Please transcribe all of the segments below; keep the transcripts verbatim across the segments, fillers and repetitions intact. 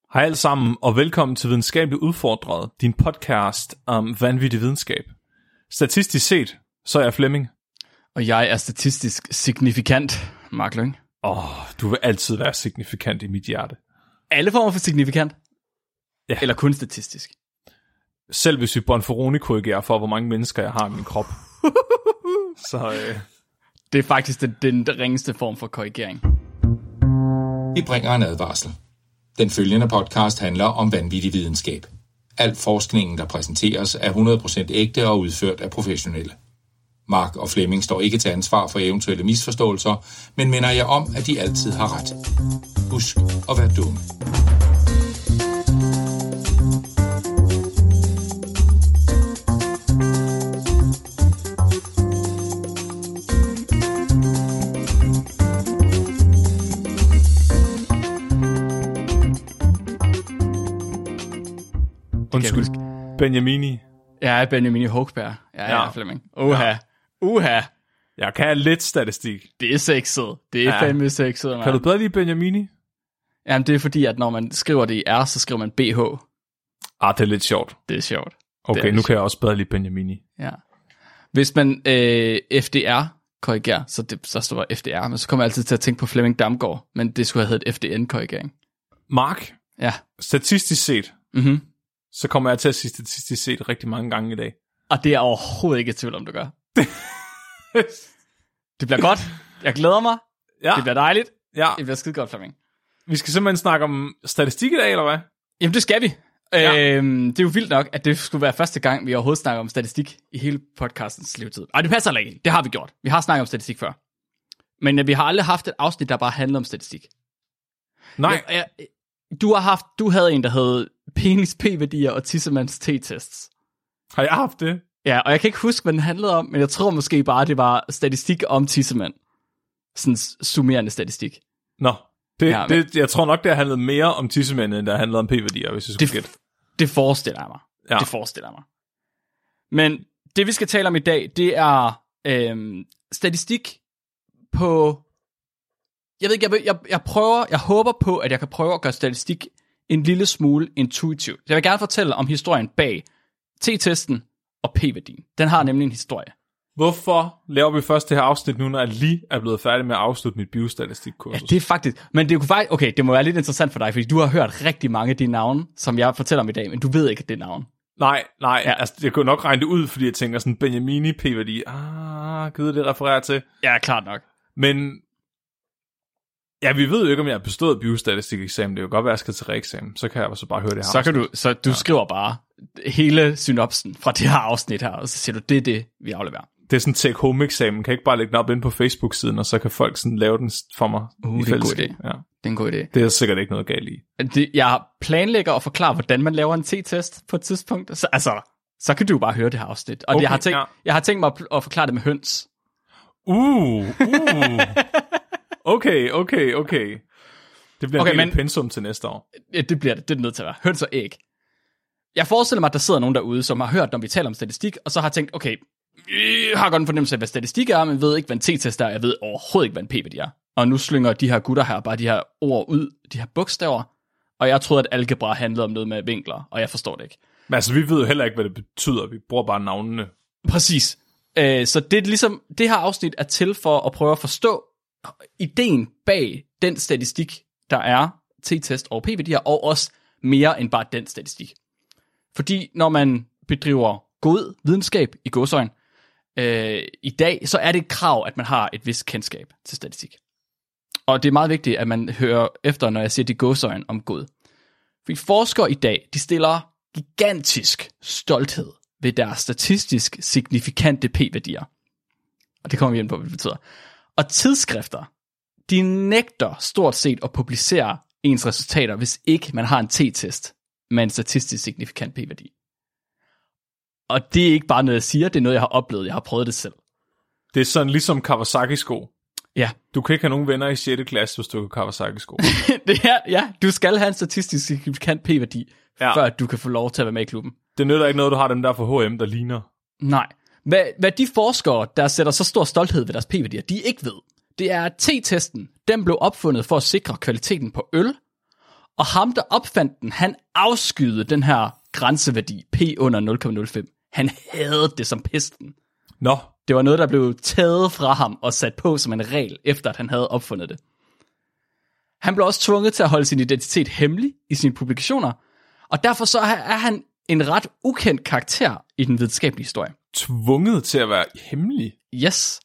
Hej alle sammen, og velkommen til Videnskabeligt Udfordret, din podcast om vanvittig videnskab. Statistisk set, så er jeg Flemming. Og jeg er statistisk signifikant, Mark Lyng. Åh, oh, du vil altid være signifikant i mit hjerte. Alle former for signifikant? Ja. Eller kun statistisk? Selv hvis vi Bonferroni-korrigerer for, hvor mange mennesker jeg har i min krop. så øh... Det er faktisk den, den ringeste form for korrigering. Vi bringer en advarsel. Den følgende podcast handler om vanvittig videnskab. Al forskningen, der præsenteres, er hundrede procent ægte og udført af professionelle. Mark og Flemming står ikke til ansvar for eventuelle misforståelser, men minder jer om, at de altid har ret. Husk at være dumme. Undskyld, Benjamini. Jeg er Benjamini Håkberg. Jeg er ja. Flemming. Uha. Ja. Uha. Jeg kan lidt statistik. Det er sexet. Det er ja. fandme sexet, man. Kan du bedre lide Benjamini? Jamen, det er fordi, at når man skriver det i R, så skriver man B H. Ah, det er lidt sjovt. Det er sjovt. Okay, er nu sjovt. kan jeg også bedre lide Benjamini. Ja. Hvis man øh, F D R korrigerer, så, det, så står der F D R, men så kommer jeg altid til at tænke på Flemming Damgaard, men det skulle have heddet F D N-korrigering. Mark? Ja. Statistisk set, Mhm. så kommer jeg til at sige statistisk set rigtig mange gange i dag. Og det er overhovedet ikke et tvivl om, du gør. Det bliver godt. Jeg glæder mig. Ja. Det bliver dejligt. Ja. Det bliver skide godt, Flemming. Vi skal simpelthen snakke om statistik i dag, eller hvad? Jamen, det skal vi. Ja. Øhm, det er jo vildt nok, at det skulle være første gang, vi overhovedet snakker om statistik i hele podcastens levetid. Ej, det passer ikke. Det har vi gjort. Vi har snakket om statistik før. Men øh, vi har aldrig haft et afsnit, der bare handler om statistik. Nej. Jeg, jeg, du, har haft, du havde en, der hed penis p-værdier og tissemands t-tests. Har jeg haft det? Ja, og jeg kan ikke huske, hvad den handlede om, men jeg tror måske bare, det var statistik om tissemand. Sådan summerende statistik. Nå, det, Ja, men- det, jeg tror nok, det har handlet mere om tissemændene, end der har handlet om p-værdier, hvis jeg skulle Det, gætte. det forestiller jeg mig. Ja. Det forestiller jeg mig. Men det, vi skal tale om i dag, det er øhm, statistik på... Jeg ved ikke, jeg, jeg, jeg prøver, jeg håber på, at jeg kan prøve at gøre statistik en lille smule intuitivt. Jeg vil gerne fortælle om historien bag t-testen og p-værdien. Den har nemlig en historie. Hvorfor laver vi først det her afsnit nu, når jeg lige er blevet færdig med at afslutte mit biostatistikkursus? Ja, det er faktisk... Men det kunne faktisk... Okay, det må være lidt interessant for dig, fordi du har hørt rigtig mange af de navne, som jeg fortæller om i dag, men du ved ikke, at det er navn. Nej, nej, Ja. ja. altså jeg kunne nok regne det ud, fordi jeg tænker sådan, Benjamini, p-værdi, ah, gider det refererer til. Ja, klart nok. Men, ja, vi ved jo ikke, om jeg har bestået biostatistik-eksamen, det kan godt være, at jeg skal til reeksamen, så kan jeg så bare høre det her Så kan afsnit. du, så du ja. skriver bare hele synopsen fra det her afsnit her, og så siger du, det er det, vi afleverer. Det er sådan en take-home-eksamen, kan jeg ikke bare lægge den op inde på Facebook-siden, og så kan folk sådan lave den for mig Uh, i det er en god fællesskab. idé. Ja. Det er en god idé. Det er sikkert ikke noget galt i. Det, jeg planlægger at forklare, hvordan man laver en t-test på et tidspunkt. Så, altså, så kan du bare høre det her afsnit. Og Okay, okay, jeg, har tænkt, ja. jeg har tænkt mig at, at forklare det med høns. Uh, uh. Okay, okay, okay. Det bliver Okay, okay, en men- pensum til næste år. Ja, det bliver det. Det er det nødt til at være. Høns og æg. Jeg forestiller mig, at der sidder nogen derude, som har hørt, når vi taler om statistik, og så har tænkt, okay, jeg har godt en fornemmelse af, hvad statistik er, men ved ikke, hvad en t-test er. Jeg ved overhovedet ikke, hvad en p-værdi er. Og nu slynger de her gutter her bare de her ord ud, de her bogstaver, og jeg troede, at algebra handlede om noget med vinkler, og jeg forstår det ikke. Men altså, vi ved jo heller ikke, hvad det betyder. Vi bruger bare navnene. Præcis. Øh, så det er ligesom, det her afsnit er til for at prøve at forstå ideen bag den statistik, der er t-test og p-værdier, og også mere end bare den statistik. Fordi når man bedriver god videnskab i gåseøjne øh, i dag, så er det et krav, at man har et vist kendskab til statistik. Og det er meget vigtigt, at man hører efter, når jeg siger de gåseøjne om god. Fordi forskere i dag, de stiller gigantisk stolthed ved deres statistisk signifikante p-værdier. Og det kommer vi ind på, hvad det betyder. Og tidsskrifter, de nægter stort set at publicere ens resultater, hvis ikke man har en t-test med en statistisk signifikant p-værdi. Og det er ikke bare noget, jeg siger, det er noget, jeg har oplevet. Jeg har prøvet det selv. Det er sådan ligesom Kawasaki-sko. Ja, Du kan ikke have nogen venner i sjette klasse, hvis du har Kawasaki-sko. det er, ja, du skal have en statistisk signifikant p-værdi, Ja. ja. før at du kan få lov til at være med i klubben. Det nytter ikke noget, du har dem der fra H og M, der ligner. Nej. Hvad, hvad de forskere, der sætter så stor stolthed ved deres p-værdier, de ikke ved, det er, at t-testen, den blev opfundet for at sikre kvaliteten på øl, Og ham, der opfandt den, han afskyede den her grænseværdi, P under nul komma nul fem. Han havde det som pesten. Nå. Det var noget, der blev taget fra ham og sat på som en regel, efter at han havde opfundet det. Han blev også tvunget til at holde sin identitet hemmelig i sine publikationer, og derfor så er han en ret ukendt karakter i den videnskabelige historie. Tvunget til at være hemmelig? Yes.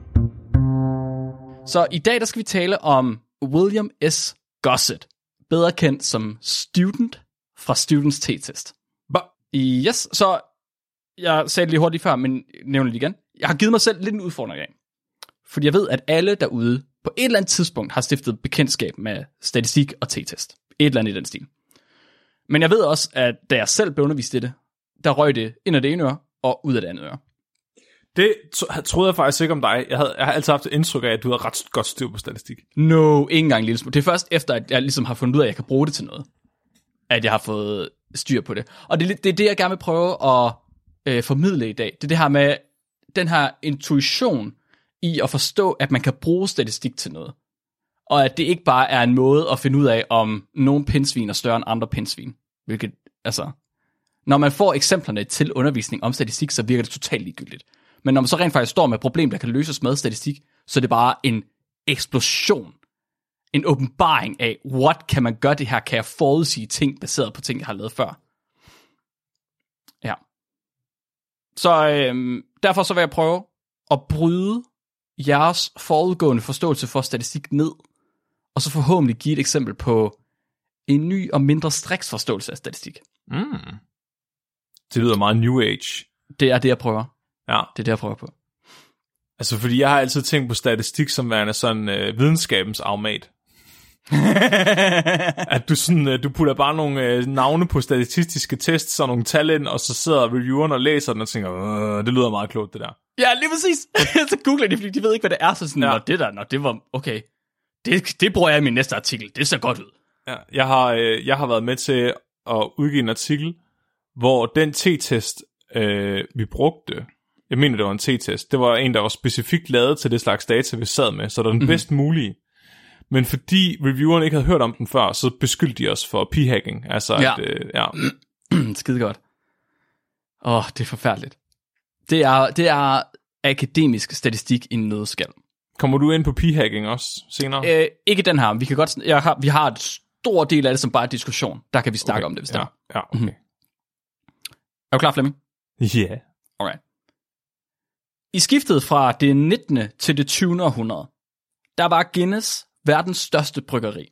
Så i dag der skal vi tale om William S. Gossett, bedre kendt som Student fra Students T-test. Hva? Yes, så jeg sagde det lige hurtigt før, men nævner det igen. Jeg har givet mig selv lidt en udfordring af. Fordi jeg ved, at alle derude på et eller andet tidspunkt har stiftet bekendtskab med statistik og T-test. Et eller andet i den stil. Men jeg ved også, at da jeg selv blev undervist i det, der røg det ind af det ene øre og ud af det andet øre. Det troede jeg faktisk ikke om dig. Jeg, havde, jeg har altid haft et indtryk af, at du havde ret godt styr på statistik. No, ikke engang lille smule. Det er først efter, at jeg ligesom har fundet ud af, at jeg kan bruge det til noget, at jeg har fået styr på det. Og det, det er det, jeg gerne vil prøve at øh, formidle i dag. Det er det her med den her intuition i at forstå, at man kan bruge statistik til noget. Og at det ikke bare er en måde at finde ud af, om nogle pindsvin er større end andre pindsvin. Hvilket, altså, når man får eksemplerne til undervisning om statistik, så virker det totalt ligegyldigt. Men når man så rent faktisk står med et problem, der kan løses med statistik, så er det bare en eksplosion. En åbenbaring af, what kan man gøre det her? Kan jeg forudsige ting, baseret på ting, jeg har lavet før? Ja. Så øhm, derfor så vil jeg prøve at bryde jeres forudgående forståelse for statistik ned, og så forhåbentlig give et eksempel på en ny og mindre striks forståelse af statistik. Mm. Det lyder meget New Age. Det er det, jeg prøver. Ja. Det er det, jeg prøver på. Altså, fordi jeg har altid tænkt på statistik som værende sådan øh, videnskabens afmat. At du sådan, øh, du putter bare nogle øh, navne på statistiske tests og nogle tal ind, og så sidder revieweren og læser den og tænker, øh, det lyder meget klogt, det der. Ja, lige præcis. Så googler de, fordi de ved ikke, hvad det er. Så sådan, ja. Nå, det der, nå, det var, okay. Det, det bruger jeg i min næste artikel. Det ser godt ud. Ja, jeg har, øh, jeg har været med til at udgive en artikel, hvor den t-test, øh, vi brugte, jeg mener, det var en t-test, det var en, der var specifikt lavet til det slags data, vi sad med, så det var den mm-hmm. bedst mulige. Men fordi revieweren ikke havde hørt om den før, så beskyldte de os for p-hacking. Altså, ja. At, øh, ja. Skide godt. Åh, oh, det er forfærdeligt. Det er, det er akademisk statistik i en nødskal. Kommer du ind på p-hacking også senere? Øh, ikke den her. Vi kan godt, jeg har, vi har et stor del af det som bare diskussion. Der kan vi snakke okay. om det, hvis ja. det er. Ja, okay. Mm-hmm. Er du klar, Flemming? Ja. Yeah. Alright. I skiftet fra det nittende til det tyvende århundrede, der var Guinness verdens største bryggeri.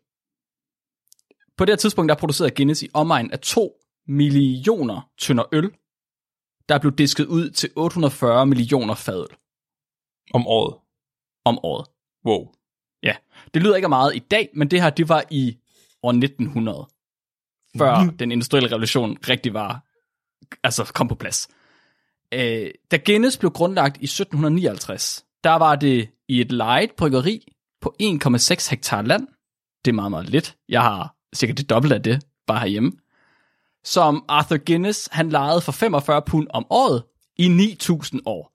På det her tidspunkt, der producerede Guinness i omegn af to millioner tønder øl, der blev disket ud til otte hundrede og fyrre millioner fadøl. Om året? Om året. Wow. Ja, det lyder ikke meget i dag, men det her, det var i år nitten hundrede. Før mm. den industrielle revolution rigtig var, altså kom på plads. Øh, da Guinness blev grundlagt i sytten nioghalvtreds, der var det i et lejet bryggeri på en komma seks hektar land. Det er meget, meget lidt. Jeg har sikkert det dobbelt af det, bare herhjemme. Som Arthur Guinness, han lejede for femogfyrre pund om året i ni tusind år.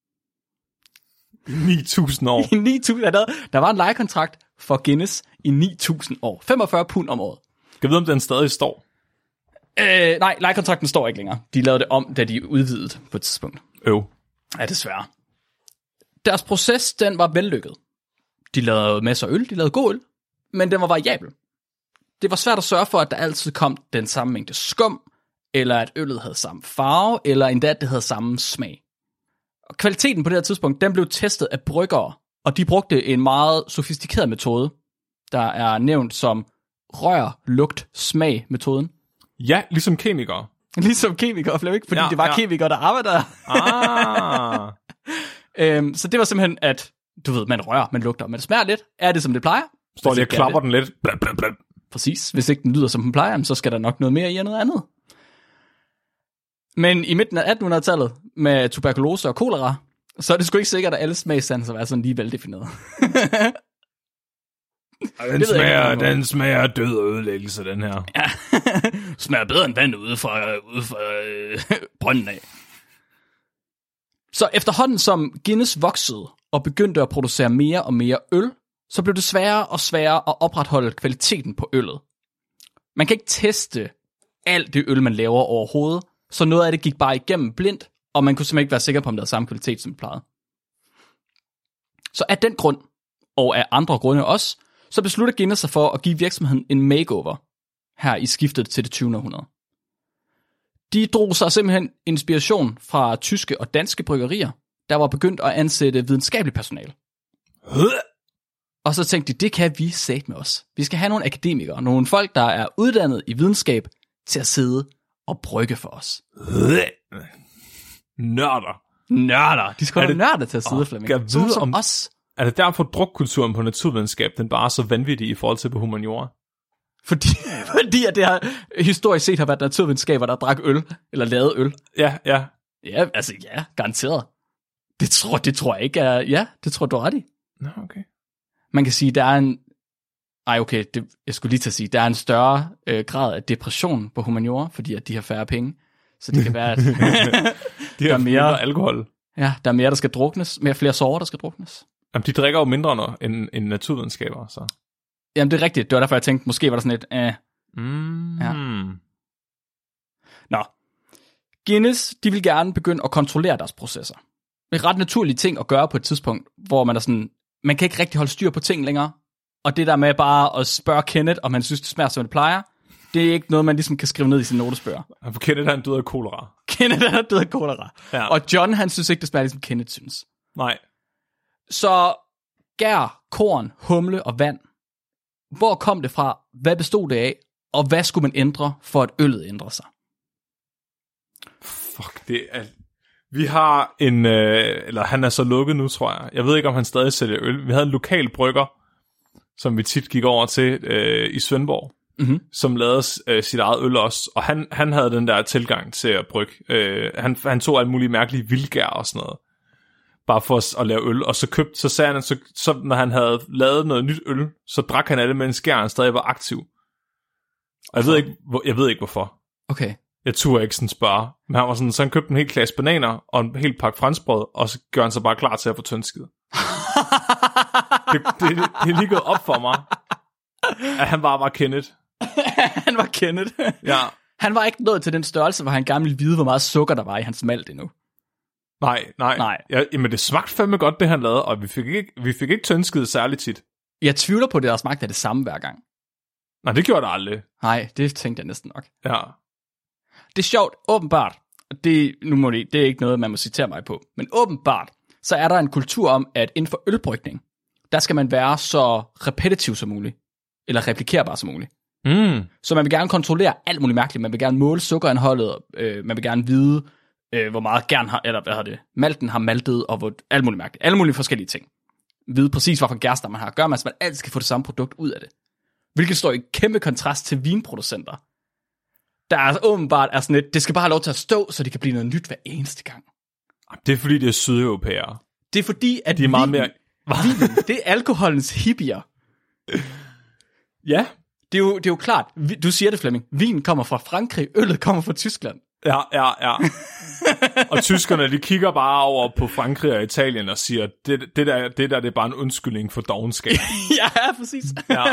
ni tusind år? I ni tusind år. Der var en lejekontrakt for Guinness i ni tusind år. femogfyrre pund om året. Skal vi vide, om den stadig står? Øh, nej, lejekontrakten står ikke længere. De lavede det om, da de udvidede på et tidspunkt. Øv. Ja, desværre. Deres proces, den var vellykket. De lavede masser af øl, de lavede god øl, men den var variabel. Det var svært at sørge for, at der altid kom den samme mængde skum, eller at øllet havde samme farve, eller endda at det havde samme smag. Og kvaliteten på det her tidspunkt, den blev testet af bryggere, og de brugte en meget sofistikeret metode, der er nævnt som rør-lugt-smag-metoden. Ja, ligesom kemikere. Ligesom kemikere, Flemming, fordi ja, det var ja. kemikere, der arbejdede. Ah. øhm, så det var simpelthen, at du ved, man rører, man lugter, men det smager lidt. Er det, som det plejer? Står lige og klapper den lidt. Blab, blab, blab. Præcis. Hvis ikke den lyder, som den plejer, så skal der nok noget mere i og noget andet. Men i midten af attenhundredetallet, med tuberkulose og kolera, så er det sgu ikke sikkert, at alle smagssanser er sådan lige veldefineret. Den smager, den smager død og ødelæggelse, den her. Ja, smager bedre end vand ude fra, ude fra øh, brønden af. Så efterhånden som Guinness voksede og begyndte at producere mere og mere øl, så blev det sværere og sværere at opretholde kvaliteten på øllet. Man kan ikke teste alt det øl, man laver overhovedet, så noget af det gik bare igennem blindt, og man kunne simpelthen ikke være sikker på, om det havde samme kvalitet, som det plejede. Så af den grund, og af andre grunde også, så beslutter Guinness sig for at give virksomheden en makeover her i skiftet til det tyvende århundrede. De drog sig simpelthen inspiration fra tyske og danske bryggerier, der var begyndt at ansætte videnskabeligt personale. Og så tænkte de, det kan vi sætte med os. Vi skal have nogle akademikere, nogle folk, der er uddannet i videnskab, til at sidde og brygge for os. Nørder. Nørder. De skal Er have det- nørder til at sidde, Åh, Flemming. gad vide, Sådan som om- os. Er det derfor drukkulturen på naturvidenskab, den bare er så vanvittig i forhold til på humaniora? Fordi, fordi at det har historisk set har været naturvidenskaber, der drak øl, eller lavede øl. Ja, ja. Ja, altså ja, garanteret. Det tror, det tror jeg ikke er... Ja, det tror du er ret i. Nå, okay. Man kan sige, der er en... Ej, okay, det, jeg skulle lige til at sige, der er en større øh, grad af depression på humaniora, fordi at de har færre penge. Så det kan være, at De Der har er mere- mere alkohol. ja, der er mere, der skal druknes. Mere flere sorger, der skal druknes. Jamen, de drikker jo mindre nå, end, end naturvidenskaber, så. Jamen, det er rigtigt. Det var derfor, jeg tænkte, måske var der sådan et... Eh. Mm. Ja. Nå. Guinness, de vil gerne begynde at kontrollere deres processer. Det er ret naturlige ting at gøre på et tidspunkt, hvor man er sådan... Man kan ikke rigtig holde styr på ting længere. Og det der med bare at spørge Kenneth, om han synes, det smager, som det plejer, det er ikke noget, man ligesom kan skrive ned i sin notesbøger. Han forkender, at han døde af kolera. Kenneth er død af kolera. Ja. Og John, han synes ikke, det smager, ligesom Kenneth synes. Nej. Så gær, korn, humle og vand. Hvor kom det fra? Hvad bestod det af? Og hvad skulle man ændre, for at øllet ændrer sig? Fuck, det er... Vi har en... Øh, eller han er så lukket nu, tror jeg. Jeg ved ikke, om han stadig sælger øl. Vi havde en lokal brygger, som vi tit gik over til øh, i Svendborg, Mhm. som lavede øh, sit eget øl også. Og han, han havde den der tilgang til at brygge. Øh, han, han tog alle mulige mærkelige vildgær og sådan noget. Bare for at, at lave øl. Og så købte, så sagde han, så, så når han havde lavet noget nyt øl, så drak han alle, mens gæren stadig var aktiv. Og jeg ved ikke, hvor, jeg ved ikke hvorfor. Okay. Jeg turde ikke sådan spørge. Men han var sådan, så han købte en hel klasse bananer og en hel pakke franskbrød, og så gør han sig bare klar til at få tyndskid. det, det, det, det er lige gået op for mig, at han bare var Kenneth. Han var Kenneth. Ja, Han var ikke nået til den størrelse, hvor han gerne ville vide, hvor meget sukker der var i hans malt endnu. nej, nej. Nej. Ja, jamen det smagte fandme godt, det han lavede, og vi fik ikke, vi fik ikke tyndskid særligt tit. Jeg tvivler på, at det der smagte af det samme hver gang. Nej, det gjorde det aldrig. Nej, det tænkte jeg næsten nok. Ja. Det er sjovt, åbenbart. Og det, nu må det, det er ikke noget, man må citere mig på. Men åbenbart, så er der en kultur om, at inden for ølbrygning, der skal man være så repetitiv som muligt. Eller replikerbar som muligt. Mm. Så man vil gerne kontrollere alt muligt mærkeligt. Man vil gerne måle sukkerindholdet. Øh, man vil gerne vide, øh, hvor meget gern har, eller hvad har det, malten har maltet, og hvor, alt muligt mærkeligt. Alle mulige forskellige ting. Vide præcis, hvorfor gærster man har. Gør man, så man altid skal få det samme produkt ud af det. Hvilket står i kæmpe kontrast til vinproducenter. Der er åbenbart er sådan et, det skal bare have lov til at stå, så det kan blive noget nyt hver eneste gang. Det er fordi, det er sydeuropæere. Det er fordi, at De er meget vin, mere... vin, det er alkoholens hippier. Ja, det er jo, det er jo klart. Vi- Du siger det, Flemming. Vin kommer fra Frankrig, øllet kommer fra Tyskland. Ja, ja, ja. Og tyskerne, de kigger bare over på Frankrig og Italien og siger, det, det, der, det der det er bare en undskyldning for dovenskab. Ja, præcis. Ja.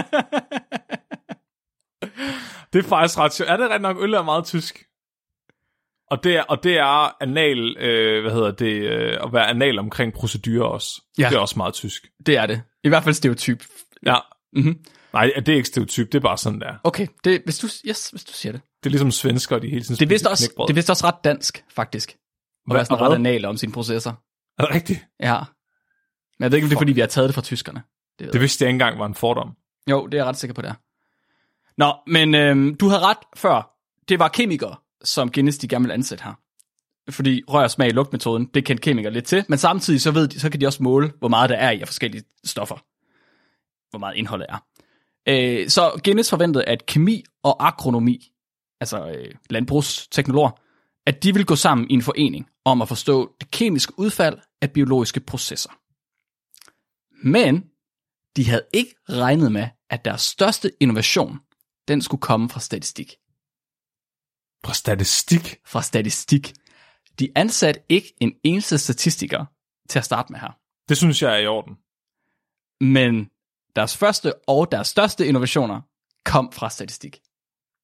Det er faktisk ret sjovt. Er det ret nok, øl er meget tysk? Og det er, og det er anal, øh, hvad hedder det, øh, at være anal omkring procedurer også. Ja. Det er også meget tysk. Det er det. I hvert fald stereotyp. Ja. Mm-hmm. Nej, det er ikke stereotyp, det er bare sådan der. Okay, det, hvis, du, yes, hvis du siger det. Det er ligesom svensker, de hele tiden Det er vist spiser også, knækbrød. det er vist også ret dansk, faktisk. At Hvad- være sådan hvad? ret anal om sine processer. Er det rigtigt? Ja. Men jeg ved ikke, om det er, fordi vi har taget det fra tyskerne. Det, ved Det vidste jeg ikke engang var en fordom. jeg. Jo, det er jeg ret sikker på, det er. Nå, men øhm, du havde ret før. Det var kemikere, som Guinness de gerne ville ansætte her. Fordi rør, smag, lugtmetoden, det kendte kemikere lidt til. Men samtidig så, ved de, så kan de også måle, hvor meget der er i af forskellige stoffer. Hvor meget indholdet er. Øh, så Guinness forventede, at kemi og agronomi, altså øh, landbrugsteknologer, at de ville gå sammen i en forening om at forstå det kemiske udfald af biologiske processer. Men de havde ikke regnet med, at deres største innovation, den skulle komme fra statistik. Fra statistik? Fra statistik. De ansatte ikke en eneste statistiker til at starte med her. Det synes jeg er i orden. Men deres første og deres største innovationer kom fra statistik.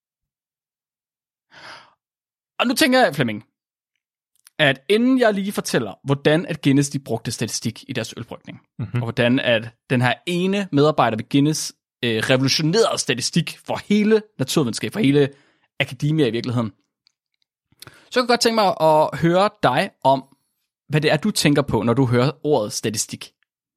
Og nu tænker jeg, Flemming, at inden jeg lige fortæller, hvordan at Guinness de brugte statistik i deres ølbrygning, mm-hmm. og hvordan at den her ene medarbejder ved Guinness øh, revolutionerede statistik for hele naturvidenskab, for hele akademia i virkeligheden, så kan jeg godt tænke mig at høre dig om, hvad det er, du tænker på, når du hører ordet statistik.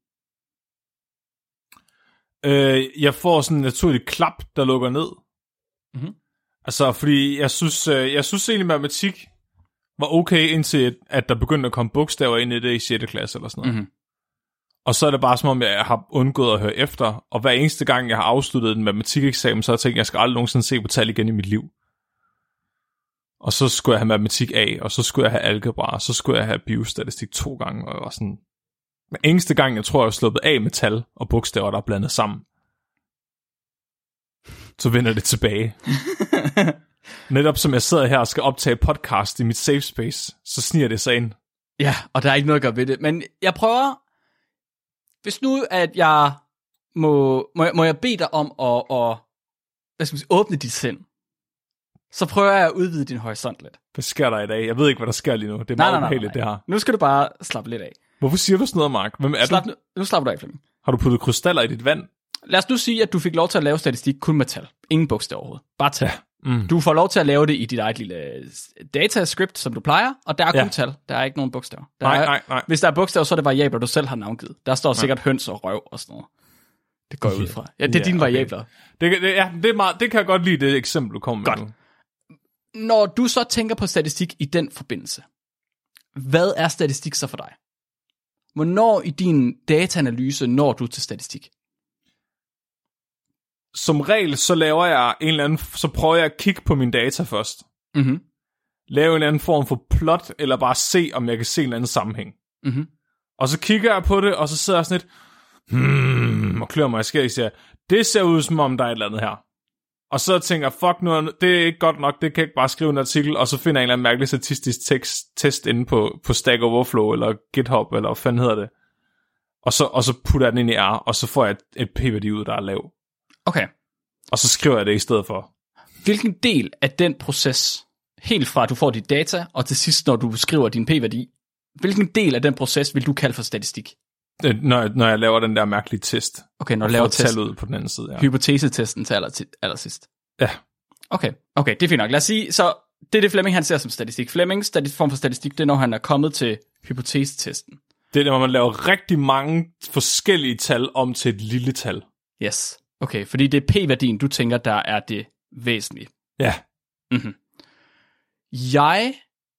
Øh, jeg får sådan en naturlig klap, der lukker ned. Mm-hmm. Altså, fordi jeg synes, øh, jeg synes egentlig, matematik var okay, indtil at der begyndte at komme bogstaver ind i det i sjette klasse eller sådan noget. Mm-hmm. Og så er det bare som om, jeg har undgået at høre efter, og hver eneste gang, jeg har afsluttet en matematikeksamen, så har jeg tænkt, at jeg skal aldrig nogensinde se på tal igen i mit liv. Og så skulle jeg have matematik A, og så skulle jeg have algebra, og så skulle jeg have biostatistik to gange, og jeg var sådan... Hver eneste gang, jeg tror, jeg har sluppet af med tal og bogstaver, der er blandet sammen, så vender det tilbage. Netop som jeg sidder her og skal optage podcast i mit safe space, så sniger det sig ind. Ja, og der er ikke noget at gøre ved det. Men jeg prøver, hvis nu at jeg må, må, jeg, må jeg bede dig om at, at hvad skal man sige, åbne dit sind, så prøver jeg at udvide din horisont lidt. Hvad sker der i dag? Jeg ved ikke, hvad der sker lige nu. Det er meget ubehageligt, det her. Nu skal du bare slappe lidt af. Hvorfor siger du sådan noget, Mark? Hvem er Slap, du? Nu, nu slapper du af, Flemming. Har du puttet krystaller i dit vand? Lad os nu sige, at du fik lov til at lave statistik kun med tal. Ingen bogstaver overhovedet. Bare tal. Ja. Mm. Du får lov til at lave det i dit eget lille datascript, som du plejer, og der er kun ja. tal. Der er ikke nogen bogstaver. Der nej, er, nej, nej. Hvis der er bogstaver, så er det variabler, du selv har navngivet. Der står sikkert ja. høns og røv og sådan noget. Det går jeg ud fra. Ja, det er ja, dine okay. variabler. Det, det, ja, det, er meget, det kan jeg godt lide, det eksempel, du kommer med nu. Når du så tænker på statistik i den forbindelse, hvad er statistik så for dig? Hvornår i din dataanalyse når du til statistik? Som regel, så laver jeg en eller anden, så prøver jeg at kigge på mine data først. Mm-hmm. Lave en eller anden form for plot, eller bare se, om jeg kan se en eller anden sammenhæng. Mm-hmm. Og så kigger jeg på det, og så sidder jeg sådan lidt, hmm, og klør mig i skæg, og siger, det ser ud som om, der er et eller andet her. Og så tænker jeg, fuck nu, det er ikke godt nok, det kan jeg ikke bare skrive en artikel, og så finder jeg en eller anden mærkelig statistisk tekst, test inde på, på Stack Overflow, eller GitHub, eller hvad fanden hedder det. Og så, og så putter jeg den ind i R, og så får jeg et, et p-værdi ud, der er lav. Okay. Og så skriver jeg det i stedet for. Hvilken del af den proces, helt fra at du får dit data, og til sidst, når du skriver din p-værdi, hvilken del af den proces vil du kalde for statistik? Når, når jeg laver den der mærkelige test. Okay, når du laver testen. Ud på den anden side, ja. Hypotesetesten til aller, allersidst. Ja. Okay, okay, det er fint nok. Lad os sige, så det er det Flemming, han ser som statistik. Flemmings form for statistik, det er, når han er kommet til hypotesetesten. Det er, når man laver rigtig mange forskellige tal om til et lille tal. Yes, okay, fordi det er p-værdien, du tænker, der er det væsentlige. Ja. Mm-hmm. Jeg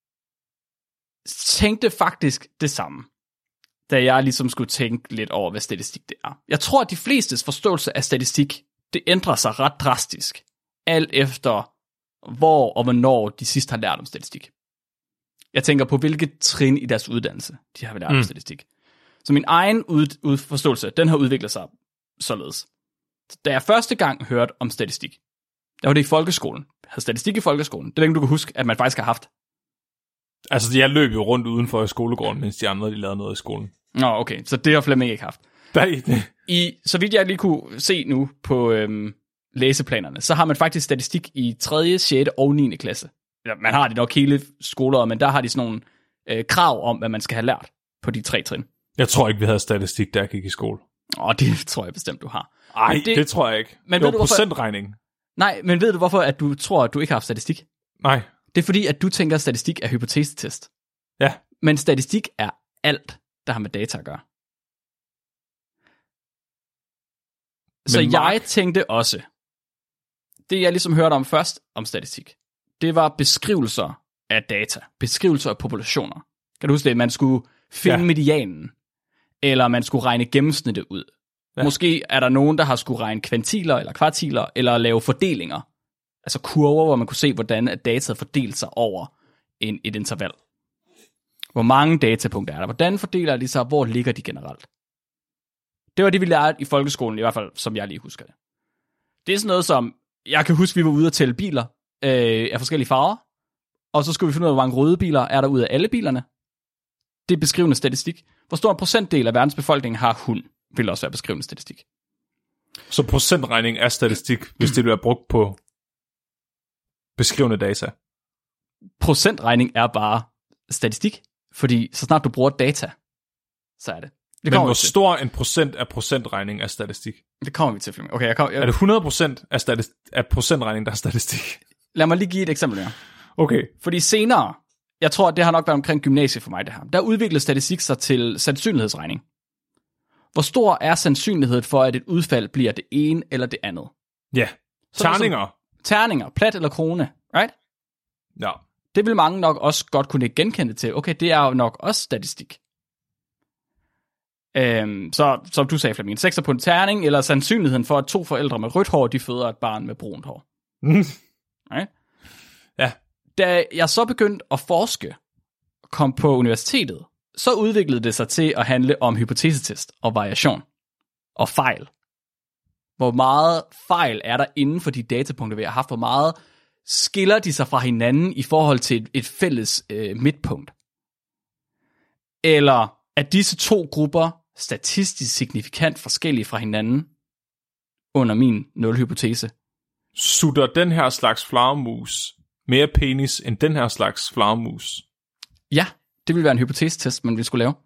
tænkte faktisk det samme, da jeg ligesom skulle tænke lidt over, hvad statistik det er. Jeg tror, at de flestes forståelse af statistik, det ændrer sig ret drastisk, alt efter hvor og hvornår de sidst har lært om statistik. Jeg tænker på, hvilket trin i deres uddannelse, de har lært mm. om statistik. Så min egen ud, ud, forståelse, den har udviklet sig således. Da jeg første gang hørte om statistik, der var det i folkeskolen. Jeg havde statistik i folkeskolen. Det er længe, du kan huske, at man faktisk har haft. Altså, jeg løb jo rundt udenfor i skolegården, mens de andre de lavede noget i skolen. Nå, okay. Så det har Flemming ikke haft. Nej. I, så vidt jeg lige kunne se nu på øhm, læseplanerne, så har man faktisk statistik i tredje, sjette og niende klasse. Ja, man har det nok hele skoler, men der har de sådan nogle øh, krav om, hvad man skal have lært på de tre trin. Jeg tror ikke, vi havde statistik, der gik i skole. Åh, det tror jeg bestemt, du har. Nej, det, det tror jeg ikke. Men det var du, procentregning. Hvorfor, nej, men ved du, hvorfor at du tror, at du ikke har haft statistik? Nej. Det er fordi, at du tænker, at statistik er hypotesetest. Ja. Men statistik er alt, der har med data at gøre. Men så Mark... jeg tænkte også, det jeg ligesom hørte om først om statistik, det var beskrivelser af data, beskrivelser af populationer. Kan du huske det? Man skulle finde ja. medianen, eller man skulle regne gennemsnittet ud. Ja. Måske er der nogen, der har skulle regne kvantiler eller kvartiler, eller lave fordelinger. Altså kurver, hvor man kunne se, hvordan dataet fordelte sig over en, et interval. Hvor mange datapunkter er der? Hvordan fordeler de sig? Hvor ligger de generelt? Det var det, vi lærte i folkeskolen, i hvert fald, som jeg lige husker det. Det er sådan noget som, jeg kan huske, vi var ude at tælle biler øh, af forskellige farver, og så skulle vi finde ud af, hvor mange røde biler er der ud af alle bilerne. Det er beskrivende statistik. Hvor stor en procentdel af verdens befolkning har hund, vil også være beskrivende statistik. Så procentregning er statistik, hvis det bliver brugt på beskrivende data? procentregning er bare statistik, fordi så snart du bruger data, så er det. Det Men hvor stor en procent af procentregning er statistik? Det kommer vi til, Flemming. Okay, jeg kommer, jeg... Er det hundrede procent af, statist- af procentregning, der er statistik? Lad mig lige give et eksempel mere. Okay. Fordi senere, jeg tror, det har nok været omkring gymnasiet for mig, det her. Der udviklede statistik sig til sandsynlighedsregning. Hvor stor er sandsynligheden for, at et udfald bliver det ene eller det andet? Ja. Terninger. Som, terninger, plat eller krone, right? Ja. Det vil mange nok også godt kunne genkende til. Okay, det er jo nok også statistik. Øhm, så som du sagde, Flemming, sekser på en terning, eller sandsynligheden for, at to forældre med rødt hår, de føder et barn med brunt hår. Mm. Right? Ja. Da jeg så begyndte at forske, kom på universitetet, så udviklede det sig til at handle om hypotesetest og variation og fejl. Hvor meget fejl er der inden for de datapunkter, vi har haft? Hvor meget skiller de sig fra hinanden i forhold til et, et fælles øh, midtpunkt? Eller er disse to grupper statistisk signifikant forskellige fra hinanden under min nulhypotese? Sutter den her slags flagermus mere penis end den her slags flagermus? Ja, det ville være en hypotesetest, man ville skulle lave.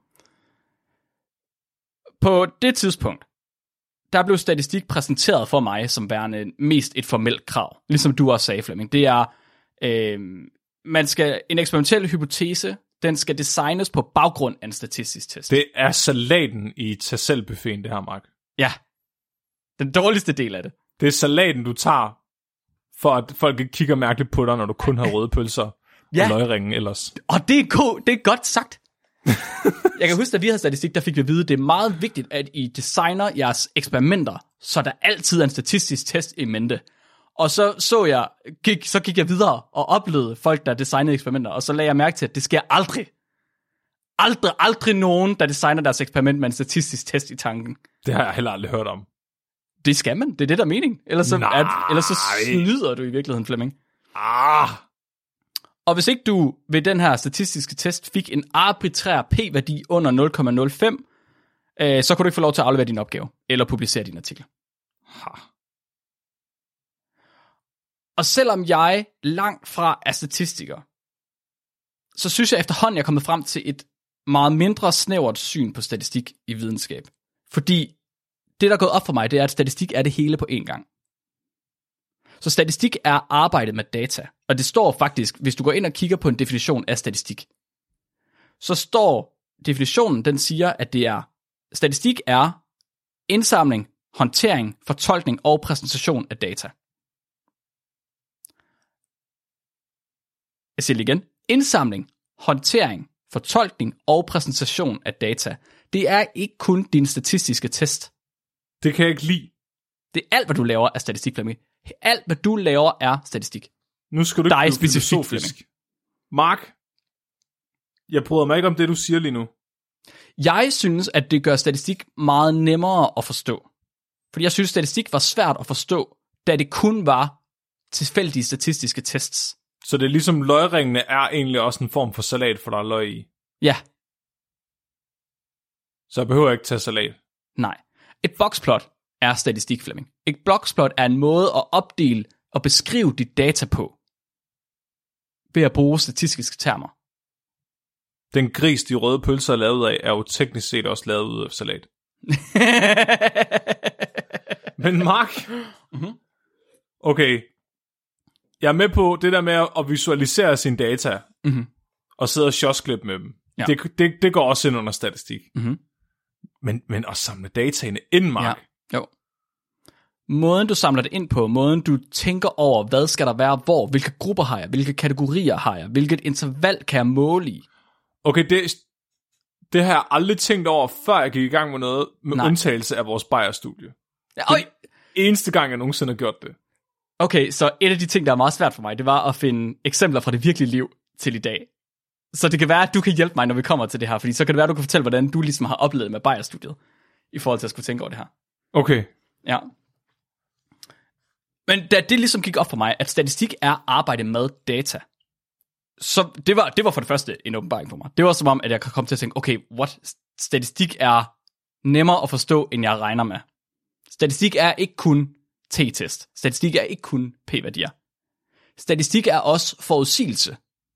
På det tidspunkt, der blev statistik præsenteret for mig som værende mest et formelt krav. Ligesom du også sagde, Flemming. Det er, øh, man skal, en eksperimentel hypotese, den skal designes på baggrund af en statistisk test. Det er salaten i tag selv buffeten, det her, Mark. Ja, den dårligste del af det. Det er salaten, du tager, for at folk ikke kigger mærkeligt på dig, når du kun har røde pølser ja. og løgringen ellers. Og det er, go- det er godt sagt. Jeg kan huske, at vi havde statistik, der fik vi at vide, at det er meget vigtigt, at I designer jeres eksperimenter, så der altid er en statistisk test i mente. Og så så jeg, gik, så gik jeg videre og oplevede folk, der designede eksperimenter, og så lagde jeg mærke til, at det sker aldrig. Aldrig, aldrig nogen, der designer deres eksperiment med en statistisk test i tanken. Det har jeg heller aldrig hørt om. Det skal man, det er det, der er mening. Ellers så, er, ellers så snyder du i virkeligheden, Flemming. Ah. Og hvis ikke du ved den her statistiske test fik en arbitrær p-værdi under nul komma nul fem, øh, så kunne du ikke få lov til at aflevere din opgave, eller publicere din artikel. Ha. Og selvom jeg langt fra er statistiker, så synes jeg efterhånden, jeg er kommet frem til et meget mindre snævert syn på statistik i videnskab. Fordi det, der er gået op for mig, det er, at statistik er det hele på én gang. Så statistik er arbejdet med data. Og det står faktisk, hvis du går ind og kigger på en definition af statistik, så står definitionen, den siger, at det er, statistik er indsamling, håndtering, fortolkning og præsentation af data. Jeg siger det igen. Indsamling, håndtering, fortolkning og præsentation af data. Det er ikke kun din statistiske test. Det kan jeg ikke lide. Det er alt, hvad du laver, er statistik, Flemming. Alt, hvad du laver, er statistik. Nu skal du ikke blive filosofisk. Mark, jeg bryder mig ikke om det, du siger lige nu. Jeg synes, at det gør statistik meget nemmere at forstå. Fordi jeg synes, statistik var svært at forstå, da det kun var tilfældige statistiske tests. Så det er ligesom løgringene er egentlig også en form for salat, for der er løg i? Ja. Så jeg behøver ikke tage salat? Nej. Et boxplot er statistik, Flemming. Et boxplot er en måde at opdele og beskrive dit data på, ved at bruge statistiske termer. Den gris, de røde pølser er lavet af, er jo teknisk set også lavet ud af salat. Men Mark, mm-hmm. okay, jeg er med på det der med at visualisere sine data, mm-hmm. og sidde og shotsklippe med dem. Ja. Det, det, det går også ind under statistik. Mm-hmm. Men, men at samle dataene ind, Mark. Ja. Jo. Måden du samler det ind på, måden du tænker over, hvad skal der være hvor, hvilke grupper har jeg, hvilke kategorier har jeg, hvilket interval kan jeg måle i. Okay, det, det har jeg aldrig tænkt over, før jeg gik i gang med noget, med Nej. undtagelse af vores Bayer-studie. Ja, det eneste gang, jeg nogensinde har gjort det. Okay, så et af de ting, der er meget svært for mig, det var at finde eksempler fra det virkelige liv til i dag. Så det kan være, at du kan hjælpe mig, når vi kommer til det her, fordi så kan det være, at du kan fortælle, hvordan du ligesom har oplevet med Bayer-studiet, i forhold til at skulle tænke over det her. Okay. Ja. Men da det ligesom gik op for mig, at statistik er arbejde med data, så det var, det var for det første en åbenbaring for mig. Det var som om, at jeg kan komme til at tænke, okay, what? Statistik er nemmere at forstå, end jeg regner med. Statistik er ikke kun t-test. Statistik er ikke kun p-værdier. Statistik er også forudsigelse.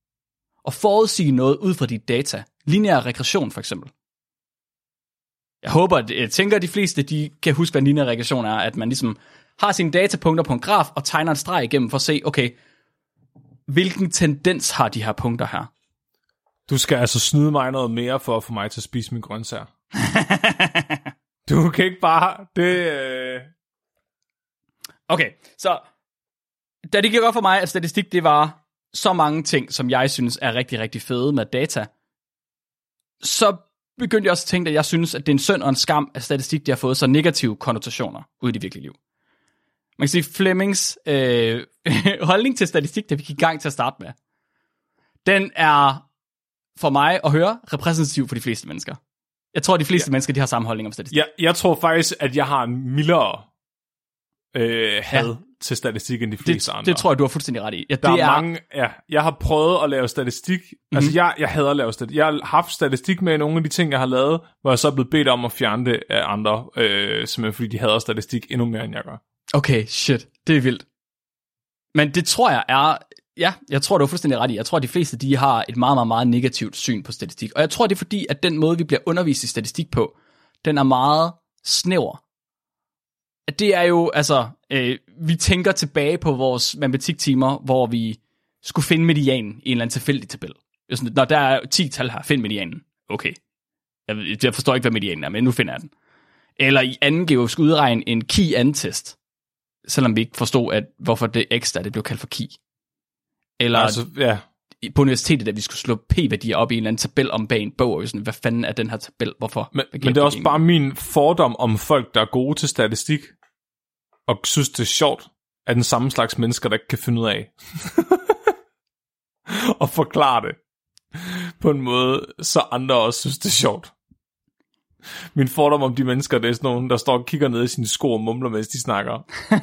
at forudsige noget ud fra dit data. Lineær regression for eksempel. Jeg håber, at jeg tænker, at de fleste de kan huske, hvad lineær regression er, at man ligesom har sine datapunkter på en graf og tegner en streg igennem for at se, okay, hvilken tendens har de her punkter her? Du skal altså snyde mig noget mere for at få mig til at spise min grøntsager. Du kan ikke bare... Det, øh... Okay, så da det gik op for mig, at statistik det var så mange ting, som jeg synes er rigtig, rigtig fede med data, så begyndte jeg også at tænke, at jeg synes, at det er en synd og en skam, at statistik de har fået så negative konnotationer ud i det virkelige liv. Man kan sige, Flemings øh, holdning til statistik, da vi gik i gang til at starte med, den er for mig at høre repræsentativ for de fleste mennesker. Jeg tror, at de fleste ja. mennesker de har samme holdning om statistik. Jeg, jeg tror faktisk, at jeg har en mildere øh, had ja. til statistik end de fleste det, andre. Det tror jeg, du har fuldstændig ret i. Ja, der det er, er mange, ja. ja, jeg har prøvet at lave statistik. Mm-hmm. Altså, jeg, jeg hader at lave statistik. Jeg har haft statistik med i nogle af de ting, jeg har lavet, hvor jeg så er blevet bedt om at fjerne det af andre, øh, simpelthen fordi de hader statistik endnu mere, end jeg gør. Okay, shit. Det er vildt. Men det tror jeg er... Ja, jeg tror, du er fuldstændig ret i. Jeg tror, at de fleste de har et meget, meget, meget negativt syn på statistik. Og jeg tror, det er fordi, at den måde, vi bliver undervist i statistik på, den er meget snæver. Det er jo, altså... Øh, vi tænker tilbage på vores matematiktimer, hvor vi skulle finde medianen i en eller anden tilfældig tabel. Sådan, når der er ti tal her, find medianen. Okay. Jeg, jeg forstår ikke, hvad medianen er, men nu finder jeg den. Eller i anden G skulle udregne en key-and-test, selvom vi ikke forstod, at hvorfor det ekstra, det blev kaldt for key. Eller altså, ja. på universitetet, at vi skulle slå p-værdier op i en eller anden tabel om bag en bog, og sådan, hvad fanden er den her tabel, hvorfor? Men, men det er også bare min fordom om folk, der er gode til statistik, og synes, det er sjovt, er den samme slags mennesker, der ikke kan finde ud af og forklare det på en måde, så andre også synes, det er sjovt. Min fordom om de mennesker, det er sådan nogen, der står og kigger ned i sine sko og mumler, mens de snakker.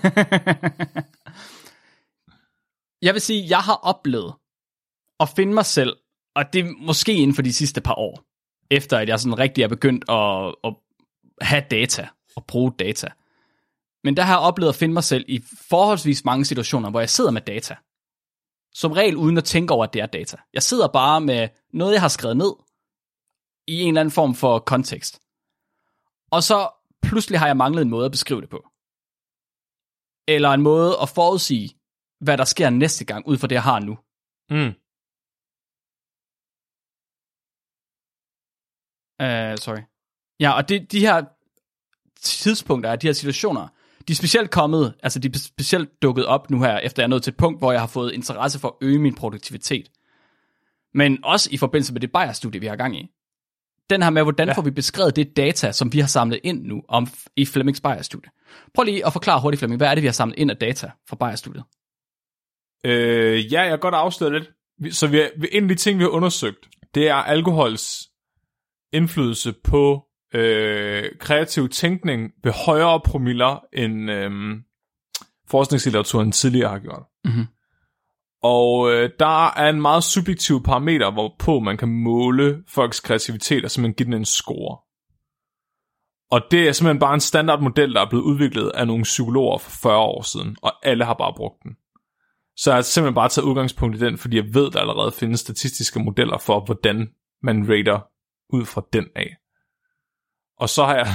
Jeg vil sige, jeg har oplevet at finde mig selv, og det er måske inden for de sidste par år, efter at jeg sådan rigtig er begyndt at, at have data, og bruge data. Men der har jeg oplevet at finde mig selv i forholdsvis mange situationer, hvor jeg sidder med data. Som regel uden at tænke over, at det er data. Jeg sidder bare med noget, jeg har skrevet ned, i en eller anden form for kontekst. Og så pludselig har jeg manglet en måde at beskrive det på. Eller en måde at forudsige, hvad der sker næste gang, ud fra det, jeg har nu. Mm. Uh, sorry. Ja, og det, de her tidspunkter, de her situationer, de er specielt kommet, altså de er specielt dukket op nu her, efter jeg er nået til et punkt, hvor jeg har fået interesse for at øge min produktivitet. Men også i forbindelse med det Bayer-studie, vi har gang i. Den her med, hvordan ja. får vi beskrevet det data, som vi har samlet ind nu om, i Flemings Bayer-studie. Prøv lige at forklare hurtigt, Flemming, hvad er det, vi har samlet ind af data fra Bayer-studiet? Øh, ja, jeg kan godt afsløre lidt. Så vi er, en af de ting, vi har undersøgt, det er alkohols indflydelse på øh, kreativ tænkning ved højere promiller, end øh, forskningslitteraturen tidligere har gjort. Mm-hmm. Og øh, der er en meget subjektiv parameter, hvorpå man kan måle folks kreativitet, og simpelthen give den en score. Og det er simpelthen bare en standardmodel, der er blevet udviklet af nogle psykologer for fyrre år siden, og alle har bare brugt den. Så jeg har simpelthen bare taget udgangspunkt i den, fordi jeg ved, der allerede findes statistiske modeller for, hvordan man rater ud fra den af. Og så har jeg...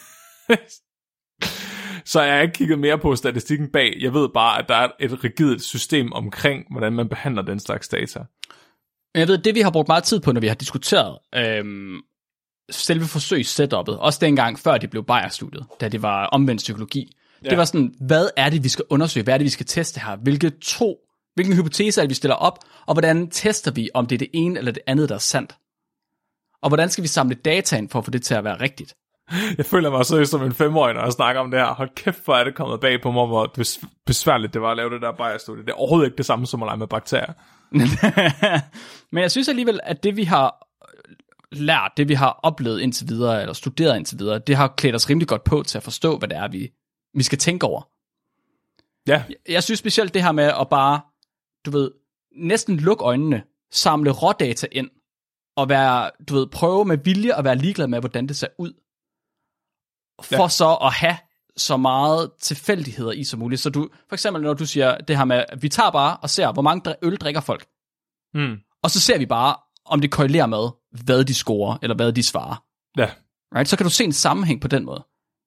så har jeg ikke kigget mere på statistikken bag. Jeg ved bare, at der er et rigidt system omkring, hvordan man behandler den slags data. Jeg ved, det vi har brugt meget tid på, når vi har diskuteret øhm, selve forsøgssetupet, også dengang før det blev Bayer-studiet, da det var omvendt psykologi. Ja. Det var sådan, hvad er det, vi skal undersøge? Hvad er det, vi skal teste her? Hvilke to, hvilken hypotese er det, vi stiller op? Og hvordan tester vi, om det er det ene eller det andet, der er sandt? Og hvordan skal vi samle data ind for at få det til at være rigtigt? Jeg føler mig så som en femårig, når jeg snakker om det her. Hold kæft, hvor er det kommet bag på mig, hvor besværligt det var at lave det der Bayer-studie. Det er overhovedet ikke det samme som at lege med bakterier. Men jeg synes alligevel, at det vi har lært, det vi har oplevet indtil videre, eller studeret indtil videre, det har klædt os rimelig godt på til at forstå, hvad det er, vi, vi skal tænke over. Ja. Jeg, jeg synes specielt det her med at bare, du ved, næsten lukke øjnene, samle rådata ind, og være, du ved, prøve med vilje at være ligeglad med, hvordan det ser ud. For ja. så at have så meget tilfældigheder i som muligt. Så du, for eksempel når du siger det her med, at vi tager bare og ser, hvor mange øl drikker folk. Mm. Og så ser vi bare, om det korrelerer med, hvad de scorer, eller hvad de svarer. Ja. Right? Så kan du se en sammenhæng på den måde.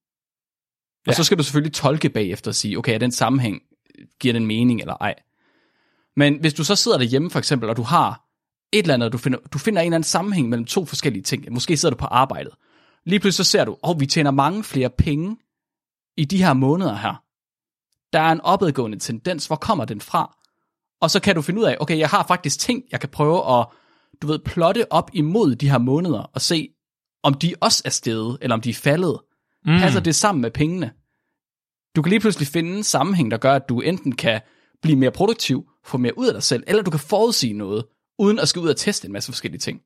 Og Ja. så skal du selvfølgelig tolke bagefter og sige, okay, er den sammenhæng, giver den mening eller ej? Men hvis du så sidder derhjemme for eksempel, og du har et eller andet, du finder, du finder en eller anden sammenhæng mellem to forskellige ting. Måske sidder du på arbejdet. Lige pludselig så ser du, åh, oh, vi tjener mange flere penge i de her måneder her. Der er en opadgående tendens. Hvor kommer den fra? Og så kan du finde ud af, okay, jeg har faktisk ting, jeg kan prøve at, du ved, plotte op imod de her måneder, og se, om de også er steget, eller om de er faldet. Mm. Passer det sammen med pengene? Du kan lige pludselig finde en sammenhæng, der gør, at du enten kan blive mere produktiv, få mere ud af dig selv, eller du kan forudsige noget, uden at skal ud og teste en masse forskellige ting.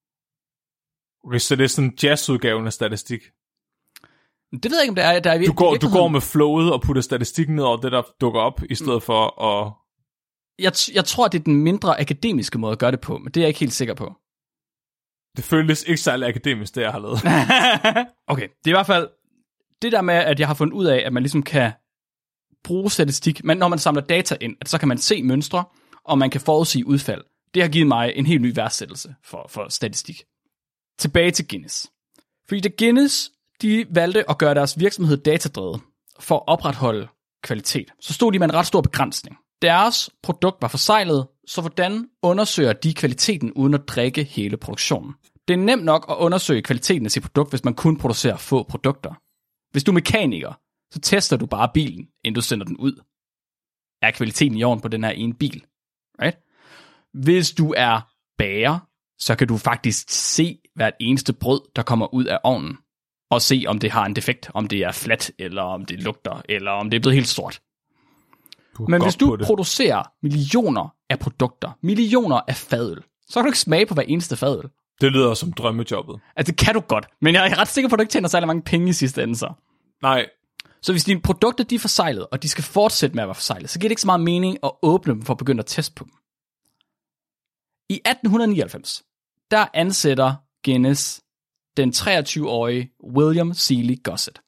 Okay, så det er sådan en jazzudgaven af statistik. Det ved jeg ikke, om det er. Der er du, går, du går med flowet og putter statistikken ned over det, der dukker op, i stedet for at... Jeg, jeg tror, det er den mindre akademiske måde at gøre det på, men det er jeg ikke helt sikker på. Det føles ikke særlig akademisk, det jeg har lavet. Okay, det er i hvert fald det der med, at jeg har fundet ud af, at man ligesom kan bruge statistik, men når man samler data ind, at så kan man se mønstre, og man kan forudsige udfald. Det har givet mig en helt ny værdsættelse for, for statistik. Tilbage til Guinness. Fordi da Guinness, de valgte at gøre deres virksomhed datadrevet for at opretholde kvalitet, så stod de med en ret stor begrænsning. Deres produkt var forseglet, så hvordan undersøger de kvaliteten uden at drikke hele produktionen? Det er nemt nok at undersøge kvaliteten af sit produkt, hvis man kun producerer få produkter. Hvis du er mekaniker, så tester du bare bilen, inden du sender den ud. Er kvaliteten i orden på den her ene bil? Right? Hvis du er bager, så kan du faktisk se hvert eneste brød, der kommer ud af ovnen, og se, om det har en defekt, om det er fladt, eller om det lugter, eller om det er blevet helt stort. Men hvis du producerer millioner af produkter, millioner af fadøl, så kan du ikke smage på hver eneste fadøl. Det lyder som drømmejobbet. Altså, det kan du godt, men jeg er ret sikker på, at du ikke tjener særlig mange penge i sidste ende, så. Nej. Så hvis dine produkter, de er forseglet, og de skal fortsætte med at være forseglet, så giver det ikke så meget mening at åbne dem for at begynde at teste på dem. I atten nioghalvfems, der ansætter Guinness den treogtyve-årige William Seeley Gossett.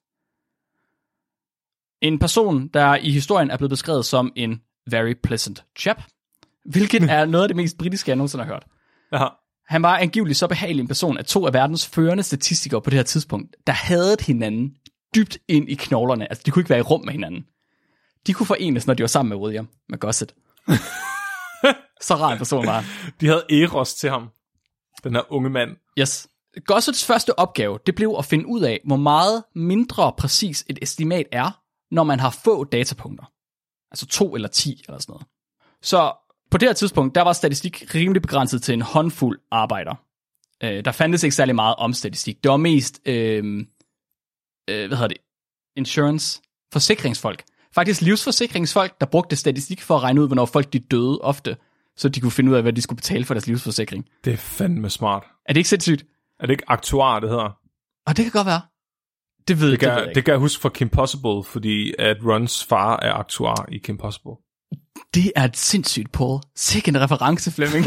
En person, der i historien er blevet beskrevet som en very pleasant chap, hvilket er noget af det mest britiske, jeg nogensinde har hørt. Aha. Han var angiveligt så behagelig en person, at to af verdens førende statistikere på det her tidspunkt, der havde hinanden dybt ind i knoglerne. Altså, de kunne ikke være i rum med hinanden. De kunne forenes, når de var sammen med William, med Gossett. Så rar en person var han. De havde eros til ham, den her unge mand. Yes. Gossetts første opgave, det blev at finde ud af, hvor meget mindre præcis et estimat er, når man har få datapunkter. Altså to eller ti eller sådan noget. Så på det her tidspunkt, der var statistik rimelig begrænset til en håndfuld arbejder. Øh, der fandtes ikke særlig meget om statistik. Det var mest, øh, øh, hvad hedder det, insurance, forsikringsfolk. Faktisk livsforsikringsfolk, der brugte statistik for at regne ud, hvornår folk de døde ofte, så de kunne finde ud af, hvad de skulle betale for deres livsforsikring. Det er fandme smart. Er det ikke sindssygt? Er det ikke aktuar, det hedder? Og det kan godt være. Det ved, det kan, det ved jeg ikke. Det kan jeg huske fra Kim Possible, fordi at Rons far er aktuar i Kim Possible. Det er et sindssygt, Paul. Sikke en reference, Flemming.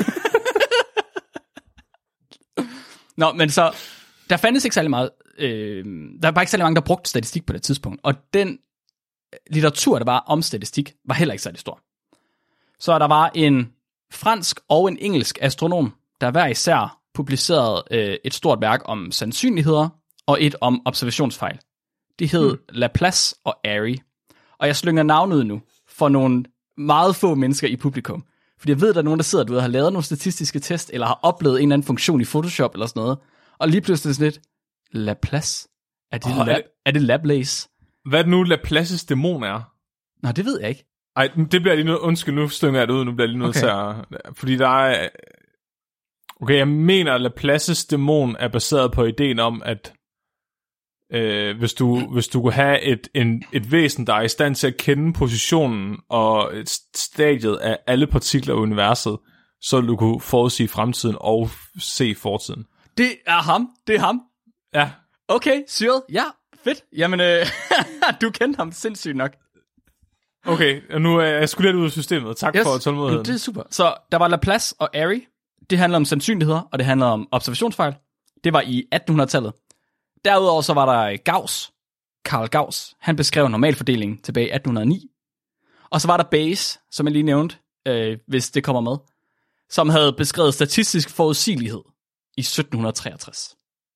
Nå, men så, der fandtes ikke særlig meget, øh, der var bare ikke særlig mange, der brugte statistik på det tidspunkt, og den litteratur, der var om statistik, var heller ikke særlig stor. Så der var en fransk og en engelsk astronom, der hver især publicerede øh, et stort værk om sandsynligheder, og et om observationsfejl. Det hed hmm. Laplace og Airy. Og jeg slynger navnet ud nu, for nogle meget få mennesker i publikum. Fordi jeg ved, at der er nogen, der sidder derude og har lavet nogle statistiske test, eller har oplevet en eller anden funktion i Photoshop, eller sådan noget. Og lige pludselig er det sådan lidt, Laplace? Er det, oh, lab, er, er det Laplace? Hvad er det nu, Laplaces dæmon er? Nå, det ved jeg ikke. Ej, det bliver lige noget, undskyld, nu stynger jeg det ud, nu bliver jeg lige nødt til at... Fordi der er... Okay, jeg mener, at Laplaces dæmon er baseret på ideen om, at øh, hvis, du, hvis du kunne have et, en, et væsen, der er i stand til at kende positionen og stadiet af alle partikler i universet, så du kunne forudsige fremtiden og se fortiden. Det er ham, det er ham. Ja. Okay, syret. Ja, fedt. Jamen, øh, du kendte ham sindssygt nok. Okay, og nu er jeg sgu lidt ud af systemet. Tak yes. for tålmodigheden. Det er super. Så der var Laplace og Airy. Det handler om sandsynligheder, og det handler om observationsfejl. Det var i attenhundredetallet. Derudover så var der Gauss, Carl Gauss. Han beskrev normalfordelingen tilbage i atten hundrede og ni. Og så var der Bayes, som jeg lige nævnte, øh, hvis det kommer med, som havde beskrevet statistisk forudsigelighed i sytten treogtres.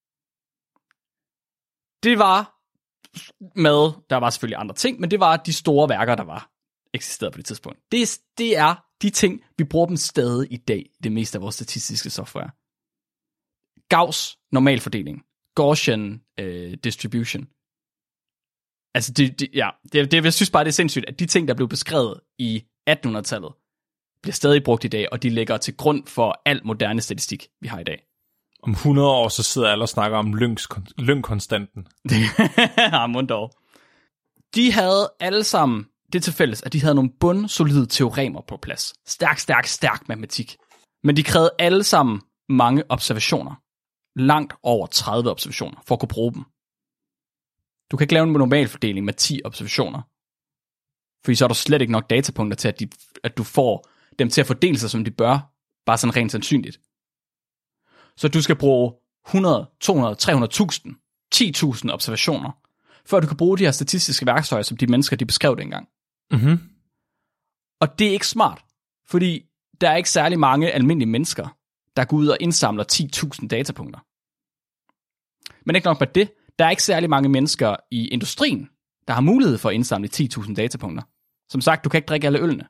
Det var med, der var selvfølgelig andre ting, men det var de store værker, der var eksisterede på det tidspunkt. Det, det er de ting, vi bruger dem stadig i dag, det meste af vores statistiske software. Gauss normalfordeling, Gaussian øh, distribution. Altså, det, det, ja, det, det, jeg synes bare, det er sindssygt, at de ting, der blev beskrevet i attenhundredetallet, bliver stadig brugt i dag, og de ligger til grund for al moderne statistik, vi har i dag. Om hundrede år, så sidder alle og snakker om lynkkonstanten. Ja, munddog. De havde alle sammen det til fælles, at de havde nogle bundsolide teoremer på plads. Stærk, stærk, stærk matematik. Men de krævede alle sammen mange observationer. Langt over tredive observationer, for at kunne bruge dem. Du kan ikke lave en normalfordeling med ti observationer. Fordi så er der slet ikke nok datapunkter til, at, de, at du får dem til at fordele sig, som de bør. Bare sådan rent sandsynligt. Så du skal bruge hundrede, to hundrede, tre hundrede tusind, ti tusind observationer, før du kan bruge de her statistiske værktøjer, som de mennesker, de beskrev det engang. Mm-hmm. Og det er ikke smart, fordi der er ikke særlig mange almindelige mennesker, der går ud og indsamler ti tusind datapunkter. Men ikke nok med det, der er ikke særlig mange mennesker i industrien, der har mulighed for at indsamle ti tusind datapunkter. Som sagt, du kan ikke drikke alle ølene.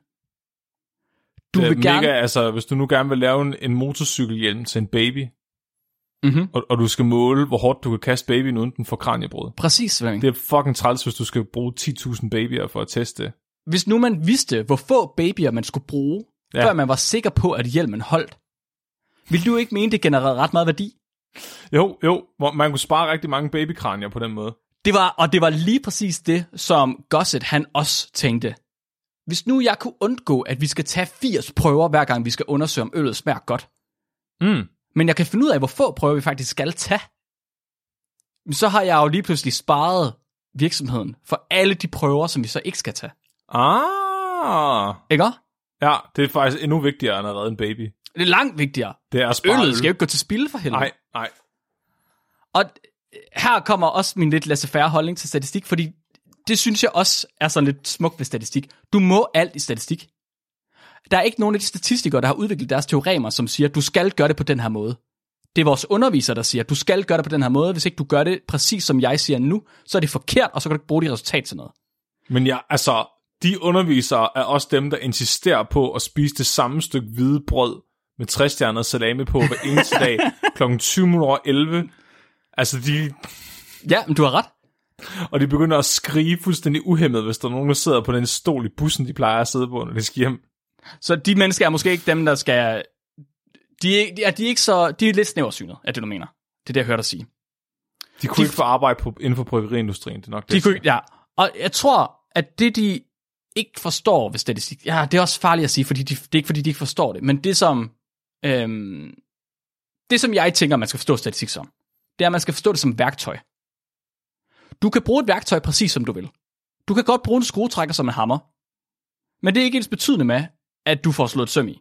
Du det er vil mega, gerne... altså, hvis du nu gerne vil lave en, en motorcykelhjelm til en baby, mm-hmm. og, og du skal måle, hvor hårdt du kan kaste babyen, uden den får kraniebrud. Præcis, Flemming. Det er fucking træls, hvis du skal bruge ti tusind babyer for at teste det. Hvis nu man vidste, hvor få babyer man skulle bruge, ja. Før man var sikker på, at hjelmen holdt, ville du ikke mene, det genererede ret meget værdi? Jo, jo. Man kunne spare rigtig mange babykranier på den måde. Det var, og det var lige præcis det, som Gosset han også tænkte. Hvis nu jeg kunne undgå, at vi skal tage firs prøver, hver gang vi skal undersøge, om øllet smager godt. Mm. Men jeg kan finde ud af, hvor få prøver vi faktisk skal tage. Så har jeg jo lige pludselig sparet virksomheden for alle de prøver, som vi så ikke skal tage. Ah. Ikke? Ja, det er faktisk endnu vigtigere, end at redde en baby. Det er langt vigtigere. Det er at spare øllet øl. skal jo ikke gå til spilde for helvede. Nej, nej. Og her kommer også min lidt laissez-faire holdning til statistik, fordi det synes jeg også er sådan lidt smukt ved statistik. Du må alt i statistik. Der er ikke nogen af de statistikere, der har udviklet deres teoremer, som siger, at du skal gøre det på den her måde. Det er vores undervisere, der siger, at du skal gøre det på den her måde. Hvis ikke du gør det præcis som jeg siger nu, så er det forkert, og så kan du ikke bruge det resultat til noget. Men ja, altså, de undervisere er også dem, der insisterer på at spise det samme stykke hvide brød med tre-stjernet salami på hver eneste dag klokken tyve elleve. Altså, de... Ja, men du har ret. Og de begynder at skrige fuldstændig uhæmmet, hvis der er nogen, der sidder på den stol i bussen, de plejer at sidde på, når de skal hjem. Så de mennesker er måske ikke dem, der skal... De er, de er, de er ikke så... De er lidt snæversynet, er det, du mener. Det er det, jeg hørte dig sige. De kunne de, ikke få arbejde på, inden for bryggeriindustrien, det er nok det. De kunne, ja, og jeg tror, at det, de ikke forstår ved statistik... Ja, det er også farligt at sige, fordi de, det er ikke, fordi de ikke forstår det. Men det, som... Øhm, det, som jeg tænker, man skal forstå statistik som, det er, at man skal forstå det som værktøj. Du kan bruge et værktøj præcis som du vil. Du kan godt bruge en skruetrækker som en hammer. Men det er ikke ens betydende med, at du får slået et søm i.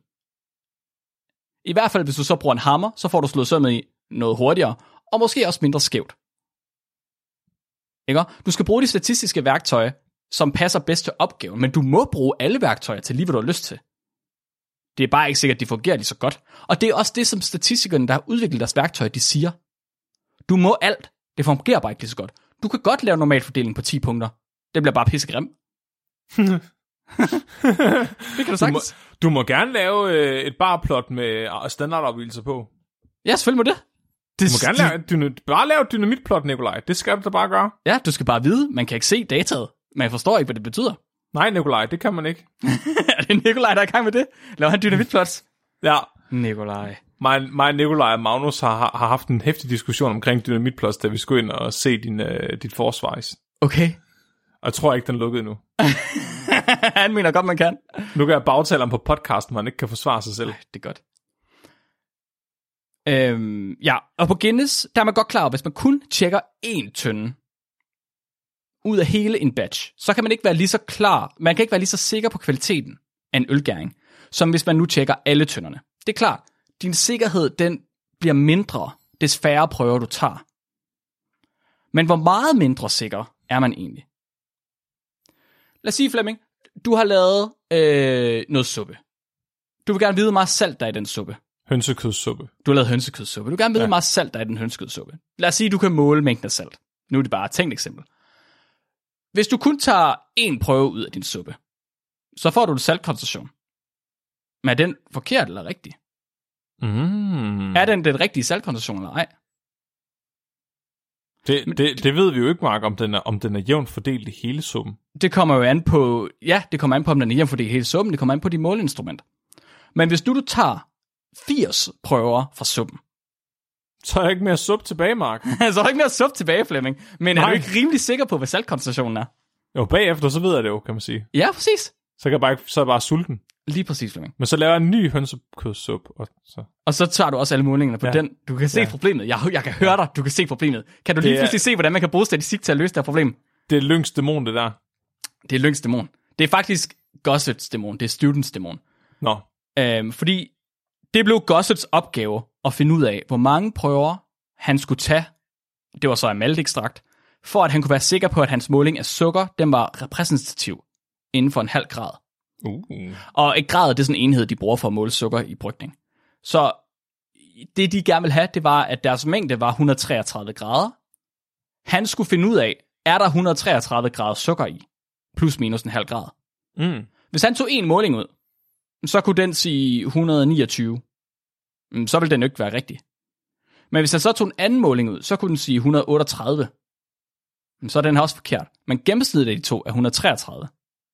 I hvert fald, hvis du så bruger en hammer, så får du slået sømmet i noget hurtigere, og måske også mindre skævt. Ikke? Du skal bruge de statistiske værktøjer, som passer bedst til opgaven, men du må bruge alle værktøjer til lige, hvad du har lyst til. Det er bare ikke sikkert, at de fungerer lige så godt. Og det er også det, som statistikerne, der har udviklet deres værktøj, de siger. Du må alt. Det fungerer bare ikke lige så godt. Du kan godt lave normal fordeling på ti punkter. Det bliver bare pissegrim. Det kan du sagtens. Du må, du må gerne lave øh, et barplot med standardafvigelser på. Ja, selvfølgelig må det. det du må gerne lave, dyna, bare lave et dynamitplot, Nikolaj. Det skal du da bare gøre. Ja, du skal bare vide. Man kan ikke se dataet. Man forstår ikke, hvad det betyder. Nej, Nikolaj, det kan man ikke. Er det Nikolaj, der er i gang med det? Laver han dynamitplots? Ja. Nikolaj. Mig, mig Nikolaj og Magnus har, har haft en heftig diskussion omkring dynamitplots, da vi skulle ind og se din, uh, dit forsvars. Okay. Og jeg tror ikke, den er lukket endnu. Han mener godt, man kan. Nu kan jeg bagtale ham på podcasten, hvor han ikke kan forsvare sig selv. Ej, det er godt. Øhm, ja, og på Guinness, der er man godt klar over, hvis man kun tjekker én tønde ud af hele en batch, så kan man ikke være lige så klar, man kan ikke være lige så sikker på kvaliteten af en ølgæring, som hvis man nu tjekker alle tønderne. Det er klart, din sikkerhed, den bliver mindre, des færre prøver du tager. Men hvor meget mindre sikker er man egentlig? Lad os sige, Flemming, du har lavet øh, noget suppe. Du vil gerne vide, hvor meget salt der er i den suppe. Hønsekødssuppe. Du har lavet hønsekødssuppe. Du vil gerne vide, ja. hvor meget salt der er i den hønsekødssuppe. Lad os sige, at du kan måle mængden af salt. Nu er det bare et tænkt eksempel. Hvis du kun tager en prøve ud af din suppe, så får du en saltkoncentration. Men er den forkert eller rigtig? Mm. Er den den rigtige saltkoncentration eller ej? Det, det, det ved vi jo ikke, Mark, om den er, om den er jævnt fordelt i hele suppen. Det kommer jo an på, ja, det kommer an på, om den er jævnt fordelt i hele suppen. Det kommer an på de måleinstrumenter. Men hvis nu du tager firs prøver fra suppen, så er der ikke mere suppe tilbage, Mark. så er der ikke mere suppe tilbage, Flemming. Men Nej. er du ikke rimelig sikker på, hvad saltkoncentrationen er? Jo, bagefter, så ved jeg det jo, kan man sige. Ja, præcis. Så, kan jeg bare, så er jeg bare sulten. Lige præcis, Flemming. Men så laver jeg en ny hønsekødssuppe. Og så... og så tager du også alle målingerne på ja. den. Du kan se ja. problemet. Jeg, jeg kan høre dig, du kan se problemet. Kan du lige det pludselig er... se, hvordan man kan bruge statistik til at løse det her problem? Det er Lynx dæmon, det der. Det er Lynx dæmon. Det er faktisk Gossets dæmon. Det er Students dæmon. Nå. Øhm, fordi det blev Gossets opgave at finde ud af, hvor mange prøver han skulle tage, det var så af maltekstrakt, for at han kunne være sikker på, at hans måling af sukker, den var repræsentativ inden for en halv grad. Uh. Og et grad, det er sådan en enhed, de bruger for at måle sukker i brygning. Så det, de gerne ville have, det var, at deres mængde var et hundrede og treogtredive grader. Han skulle finde ud af, er der et hundrede og treogtredive grader sukker i? Plus minus en halv grad. Mm. Hvis han tog en måling ud, så kunne den sige et hundrede og niogtyve. Så ville den jo ikke være rigtig. Men hvis han så tog en anden måling ud, så kunne den sige et hundrede og otteogtredive. Så er den her også forkert. Men gennemsnittet af de to er et hundrede og treogtredive.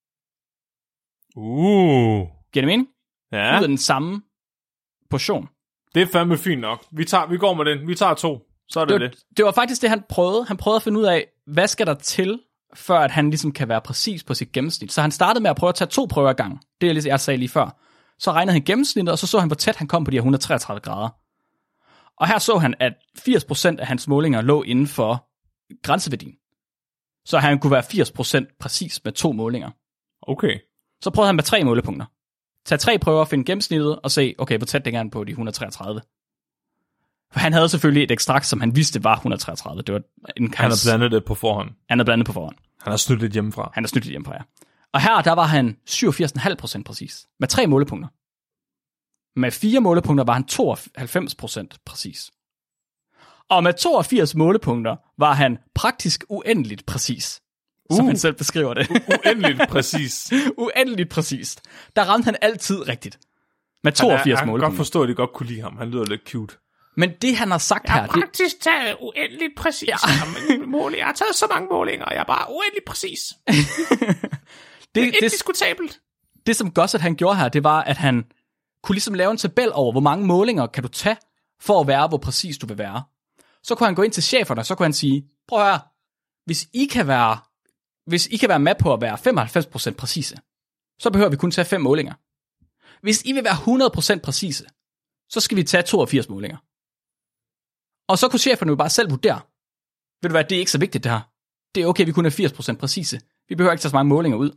Uh. Giver det mening? Ja. Ud af den samme portion. Det er fandme fint nok. Vi, tager, vi går med den. Vi tager to. Så er det det. Det var, det var faktisk det, han prøvede. Han prøvede at finde ud af, hvad skal der til, før at han ligesom kan være præcis på sit gennemsnit. Så han startede med at prøve at tage to prøver ad gangen. Det er ligesom jeg sagde lige før. Så regnede han gennemsnittet, og så så han, hvor tæt han kom på de her et hundrede og treogtredive grader. Og her så han, at firs procent af hans målinger lå inden for grænseværdien. Så han kunne være firs procent præcis med to målinger. Okay. Så prøvede han med tre målepunkter. Tag tre prøver, finde gennemsnittet og se, okay, hvor tæt det er på de et hundrede og treogtredive. For han havde selvfølgelig et ekstrakt, som han vidste var et hundrede og treogtredive. Det var en han har blandet det på forhånd. Han har blandet på forhånd. Han har snydt lidt hjemmefra. Han har snydt lidt hjemmefra, ja. Og her, der var han syvogfirs komma fem procent præcis. Med tre målepunkter. Med fire målepunkter var han tooghalvfems procent præcis. Og med toogfirs målepunkter var han praktisk uendeligt præcis. Uh, som han selv beskriver det. Uendeligt præcis. Uendeligt præcist. Der ramte han altid rigtigt. Med toogfirs målepunkter. Jeg kan godt forstå, at de godt kunne lide ham. Han lyder lidt cute. Men det, han har sagt jeg her... Jeg har praktisk det... taget uendeligt præcis. Ja. Jeg har taget så mange målinger, og jeg er bare uendeligt præcis. det, det er indiskutabelt. Det, det, som Gosset han gjorde her, det var, at han kunne ligesom lave en tabel over, hvor mange målinger kan du tage, for at være, hvor præcis du vil være. Så kunne han gå ind til cheferne, og så kunne han sige, prøv at høre, hvis I kan være, hvis I kan være med på at være femoghalvfems procent præcise, så behøver vi kun tage fem målinger. Hvis I vil være hundrede procent præcise, så skal vi tage toogfirs målinger. Og så kunne cheferne jo bare selv vurdere, ved du hvad, det er ikke så vigtigt det her. Det er okay, vi kun er firs procent præcise. Vi behøver ikke tage så mange målinger ud.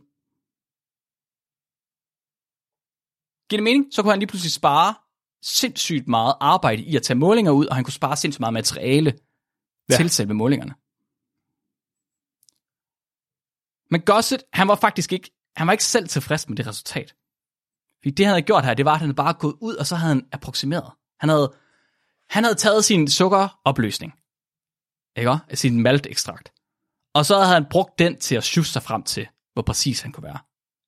Giver det mening? Så kunne han lige pludselig spare sindssygt meget arbejde i at tage målinger ud, og han kunne spare sindssygt meget materiale ja. til selve målingerne. Men Gosset, han var faktisk ikke, han var ikke selv tilfreds med det resultat. Fordi det, han havde gjort her, det var, at han havde bare gået ud, og så havde han approximeret. Han havde, han havde taget sin sukkeropløsning, ikke? Sin maltekstrakt. Og så havde han brugt den til at sjuste sig frem til, hvor præcis han kunne være.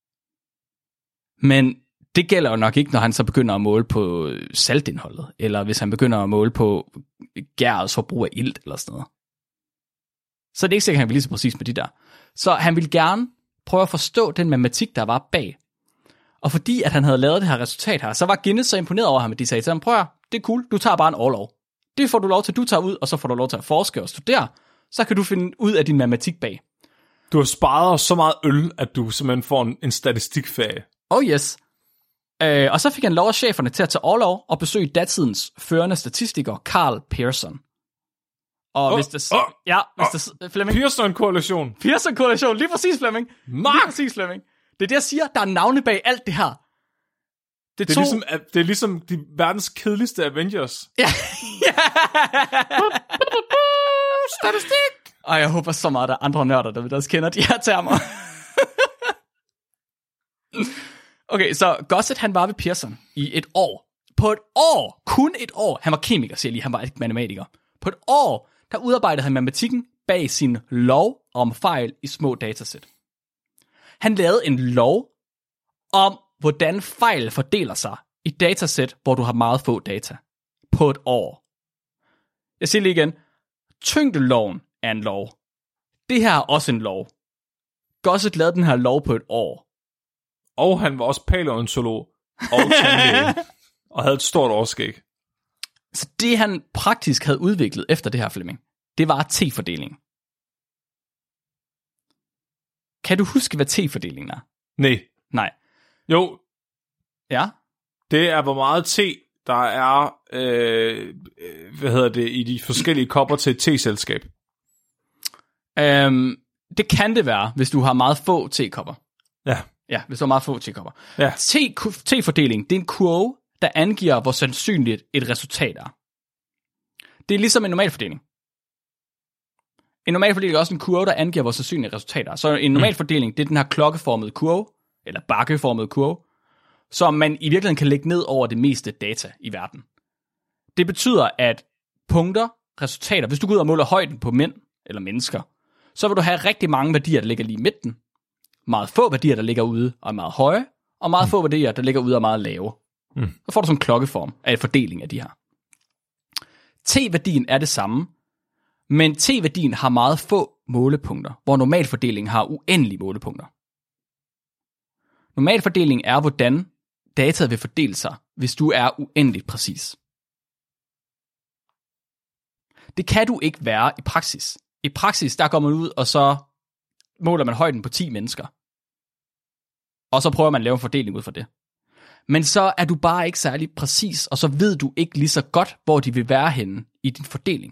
Men det gælder jo nok ikke, når han så begynder at måle på saltindholdet, eller hvis han begynder at måle på gærets forbrug af ilt, eller sådan noget. Så det er ikke sikkert, at han vil lige så præcis med de der. Så han ville gerne prøve at forstå den matematik, der var bag. Og fordi at han havde lavet det her resultat her, så var Guinness så imponeret over ham, at de sagde til ham, prøv at, det er cool, du tager bare en all-over. Det får du lov til, du tager ud, og så får du lov til at forske og studere. Så kan du finde ud af din matematik bag. Du har sparet så meget øl, at du simpelthen får en, en statistikfag. Oh yes. Øh, og så fik han lov af cheferne til at tage all-over og besøge datidens førende statistiker, Carl Pearson. Og oh, hvis det... Oh, ja, hvis oh, det... Flemming. Pearson-koalition. Pearson-koalition, lige præcis, Flemming. Mark! Lige præcis, Flemming. Det er det, jeg siger. Der er navne bag alt det her. Det er, to... ligesom, det er ligesom de verdens kedeligste Avengers. Ja. Statistik! Og jeg håber så meget, at der er andre nørder, der, der kender de her termer. Okay, så Gossett, han var ved Pearson i et år. På et år, kun et år, han var kemiker, siger jeg lige, han var ikke matematiker. På et år, der udarbejdede han matematikken bag sin lov om fejl i små datasæt. Han lavede en lov om, hvordan fejl fordeler sig i datasæt, hvor du har meget få data. På et år. Jeg siger lige igen. Tyngdeloven er en lov. Det her er også en lov. Gossett lavede den her lov på et år. Og han var også palæontolog og tandlæge, og havde et stort overskæg. Så det, han praktisk havde udviklet efter det her, Flemming, det var T-fordeling. Kan du huske, hvad T-fordelingen er? Nej. Nej. Jo. Ja? Det er, hvor meget te, der er, øh, hvad hedder det, i de forskellige kopper til et te-selskab. Øhm, det kan det være, hvis du har meget få te-kopper. Ja. Ja, hvis du har meget få te-kopper. Ja. T-fordeling, det er en kurve, der angiver, hvor sandsynligt et resultat er. Det er ligesom en normalfordeling. En normalfordeling er også en kurve, der angiver, hvor sandsynligt et resultat er. Så en normalfordeling, det er den her klokkeformede kurve, eller bakkeformede kurve, som man i virkeligheden kan lægge ned over det meste data i verden. Det betyder, at punkter, resultater, hvis du går ud og måler højden på mænd eller mennesker, så vil du have rigtig mange værdier, der ligger lige i midten, meget få værdier, der ligger ude og er meget høje, og meget mm. få værdier, der ligger ude og er meget lave. Mm. Så får du sådan en klokkeform af en fordeling af de her. T-værdien er det samme, men T-værdien har meget få målepunkter, hvor normalfordelingen har uendelige målepunkter. Normalfordeling er, hvordan dataet vil fordele sig, hvis du er uendeligt præcis. Det kan du ikke være i praksis. I praksis, der går man ud, og så måler man højden på ti mennesker. Og så prøver man at lave en fordeling ud fra det. Men så er du bare ikke særlig præcis, og så ved du ikke lige så godt, hvor de vil være henne i din fordeling.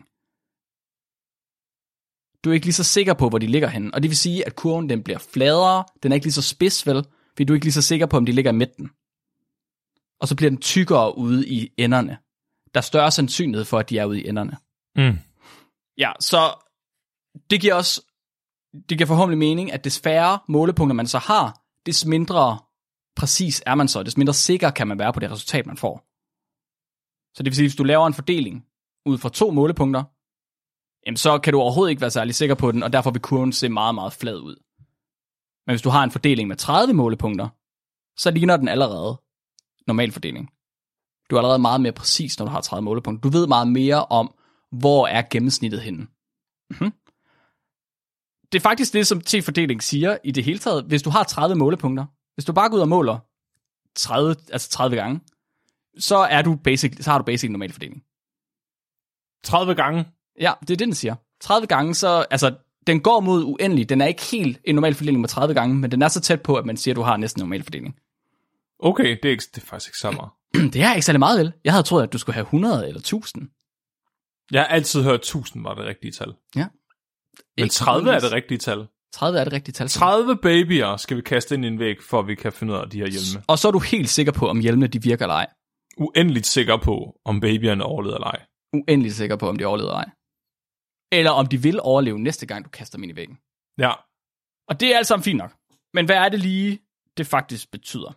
Du er ikke lige så sikker på, hvor de ligger henne. Og det vil sige, at kurven den bliver fladere, den er ikke lige så spids, vel? Fordi du er ikke lige så sikker på, om de ligger i midten. Og så bliver den tykkere ude i enderne. Der er større sandsynlighed for, at de er ude i enderne. Mm. Ja, så det giver også, det giver forhåbentlig mening, at des færre målepunkter man så har, des mindre præcis er man så, des mindre sikker kan man være på det resultat, man får. Så det vil sige, hvis du laver en fordeling ud fra to målepunkter, jamen så kan du overhovedet ikke være særlig sikker på den, og derfor vil kurven se meget, meget flad ud. Men hvis du har en fordeling med tredive målepunkter, så ligner den allerede normal fordeling. Du er allerede meget mere præcis, når du har tredive målepunkter. Du ved meget mere om, hvor er gennemsnittet henne. Mm-hmm. Det er faktisk det, som T-fordeling siger i det hele taget. Hvis du har tredive målepunkter, hvis du bare går ud og måler tredive, altså tredive gange, så, er du basic, så har du basic normal fordeling. tredive gange? Ja, det er det, den siger. tredive gange, så altså, den går mod uendelig. Den er ikke helt en normal fordeling med tredive gange, men den er så tæt på, at man siger, at du har næsten normal fordeling. Okay, det er, ikke, det er faktisk ikke så meget. Det er ikke særlig meget, vel? Jeg havde troet, at du skulle have hundrede eller tusind. Jeg har altid hørt tusind var det rigtige tal. Ja. Men tredive er det rigtige tal. tredive er det rigtige tal. tredive babyer skal vi kaste ind i en væg, for at vi kan finde ud af de her hjelme. Og så er du helt sikker på, om hjelmene de virker eller ej. Uendeligt sikker på, om babyerne overlever eller ej. Uendeligt sikker på, om de overlever eller ej. Eller om de vil overleve næste gang, du kaster dem ind i væggen. Ja. Og det er alt sammen fint nok. Men hvad er det lige, det faktisk betyder?